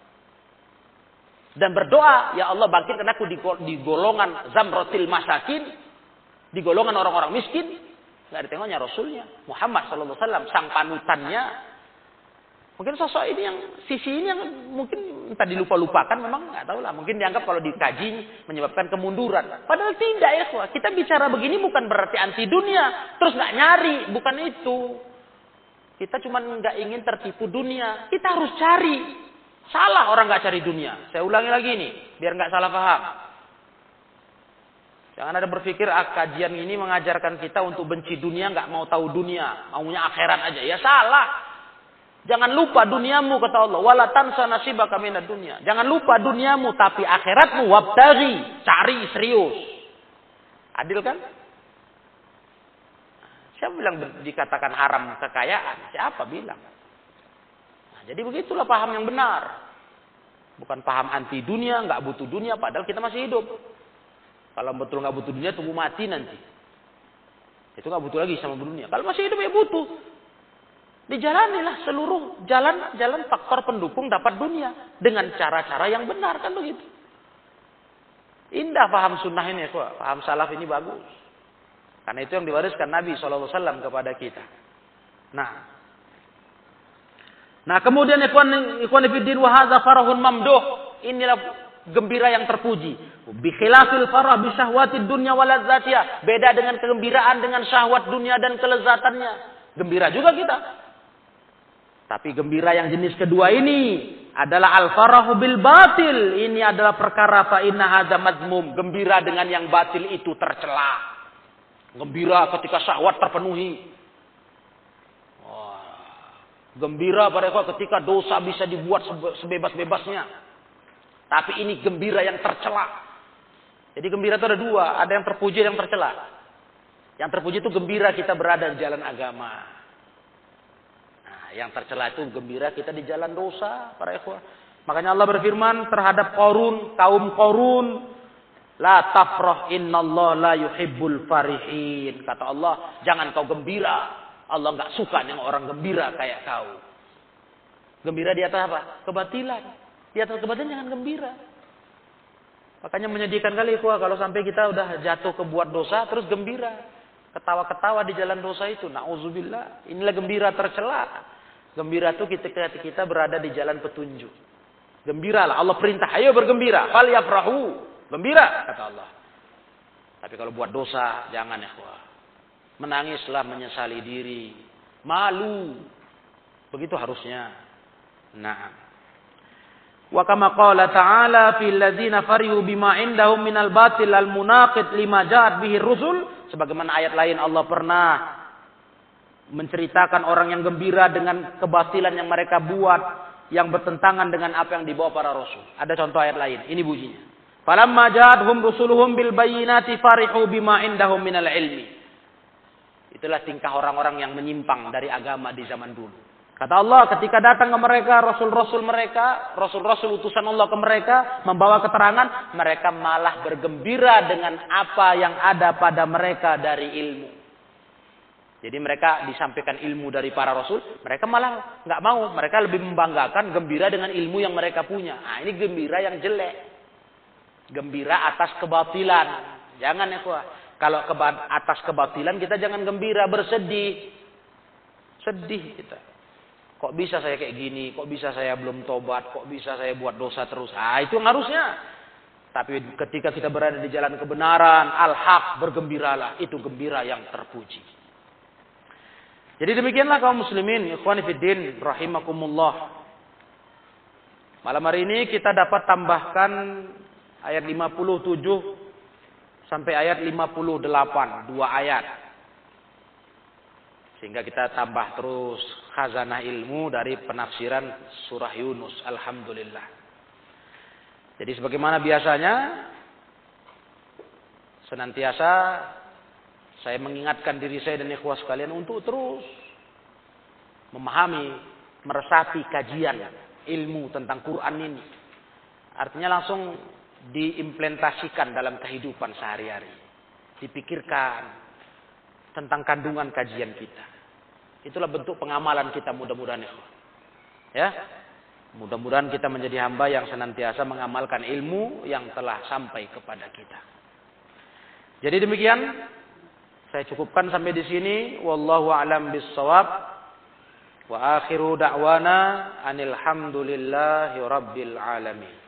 Dan berdoa, ya Allah bangkitkan aku di golongan zamratil masakin. Di golongan orang-orang miskin. Gak ada tengoknya Rasulnya. Muhammad SAW, sang panutannya. Mungkin sosok ini yang, sisi ini yang mungkin entah dilupa-lupakan, memang nggak tahu lah. Mungkin dianggap kalau dikaji menyebabkan kemunduran. Padahal tidak ya, kita bicara begini bukan berarti anti dunia, terus nggak nyari, bukan itu. Kita cuma nggak ingin tertipu dunia. Kita harus cari. Salah orang nggak cari dunia. Saya ulangi lagi nih, biar nggak salah paham. Jangan ada berpikir kajian ini mengajarkan kita untuk benci dunia, nggak mau tahu dunia, maunya akhirat aja. Ya salah. Jangan lupa duniamu kata Allah. Wala tansa nasibaka minad dunya. Jangan lupa duniamu tapi akhiratmu wabtaghi, cari serius. Adil kan? Siapa bilang dikatakan haram kekayaan? Siapa bilang? Nah, jadi begitulah paham yang benar. Bukan paham anti dunia, enggak butuh dunia padahal kita masih hidup. Kalau betul enggak butuh dunia tunggu mati nanti. Itu enggak butuh lagi sama dunia. Kalau masih hidup ya butuh. Dijalanilah seluruh jalan faktor pendukung dapat dunia dengan cara-cara yang benar kan begitu. Indah paham sunnah ini, paham salaf ini bagus. Karena itu yang diwariskan Nabi SAW kepada kita. Nah kemudian ikhwan fillah wa hadza farahun mamduh. Inilah gembira yang terpuji. Bi khilafil farah bi syahwatid dunya wa ladzatiha. Beda dengan kegembiraan dengan syahwat dunia dan kelezatannya. Gembira juga kita. Tapi gembira yang jenis kedua ini adalah al-farahu bil batil. Ini adalah perkara fa inna hadza madmum. Gembira dengan yang batil itu tercela. Gembira ketika syahwat terpenuhi. Gembira pada ketika dosa bisa dibuat sebebas-bebasnya. Tapi ini gembira yang tercela. Jadi gembira itu ada dua. Ada yang terpuji dan yang tercela. Yang terpuji itu gembira kita berada di jalan agama. Yang tercela itu gembira kita di jalan dosa, para ikhwah. Makanya Allah berfirman terhadap Qarun, kaum Qarun, la tafrah innallaha la yuhibbul farihin. Kata Allah, jangan kau gembira. Allah enggak suka dengan orang gembira kayak kau. Gembira di atas apa? Kebatilan. Di atas kebatilan jangan gembira. Makanya menyedihkan kali ikhwah kalau sampai kita udah jatuh ke buat dosa terus gembira. Ketawa-ketawa di jalan dosa itu. Na'udzubillah. Inilah gembira tercela. Gembira itu kita berada di jalan petunjuk. Gembiralah. Allah perintah. Ayo bergembira. Fal yafrahu. Gembira. Kata Allah. Tapi kalau buat dosa. Jangan ya. Menangislah menyesali diri. Malu. Begitu harusnya. Nah. Wa kama qala ta'ala fil ladzina farihu bima indahum minal batil al munaqid lima ja'at bihi rusul, sebagaimana ayat lain Allah pernah menceritakan orang yang gembira dengan kebatilan yang mereka buat yang bertentangan dengan apa yang dibawa para rasul. Ada contoh ayat lain, ini bunyinya. Falamma ja'atuhum rusuluhum bil bayyinati farihu bima indahum minal ilmi. Itulah tingkah orang-orang yang menyimpang dari agama di zaman dulu. Kata Allah, ketika datang ke mereka, rasul-rasul utusan Allah ke mereka, membawa keterangan, mereka malah bergembira dengan apa yang ada pada mereka dari ilmu. Jadi mereka disampaikan ilmu dari para rasul, mereka malah nggak mau. Mereka lebih membanggakan gembira dengan ilmu yang mereka punya. Nah, ini gembira yang jelek. Gembira atas kebatilan. Jangan ya, kalau atas kebatilan kita jangan gembira, bersedih. Sedih kita. Kok bisa saya kayak gini? Kok bisa saya belum tobat? Kok bisa saya buat dosa terus? Ah, itu yang harusnya. Tapi ketika kita berada di jalan kebenaran, al-haq, bergembiralah. Itu gembira yang terpuji. Jadi demikianlah kaum muslimin, ikhwani fiddin, rahimakumullah. Malam hari ini kita dapat tambahkan ayat 57 sampai ayat 58, 2 ayat. Sehingga kita tambah terus khazanah ilmu dari penafsiran surah Yunus. Alhamdulillah. Jadi sebagaimana biasanya, senantiasa saya mengingatkan diri saya dan ikhwah sekalian untuk terus memahami, meresapi kajian ilmu tentang Quran ini. Artinya langsung diimplementasikan dalam kehidupan sehari-hari. Dipikirkan tentang kandungan kajian kita. Itulah bentuk pengamalan kita mudah-mudahan. Ya. Mudah-mudahan kita menjadi hamba yang senantiasa mengamalkan ilmu yang telah sampai kepada kita. Jadi demikian, saya cukupkan sampai di sini. Wallahu a'lam bissawab. Wa akhiru da'wana anil hamdulillahi rabbil alamin.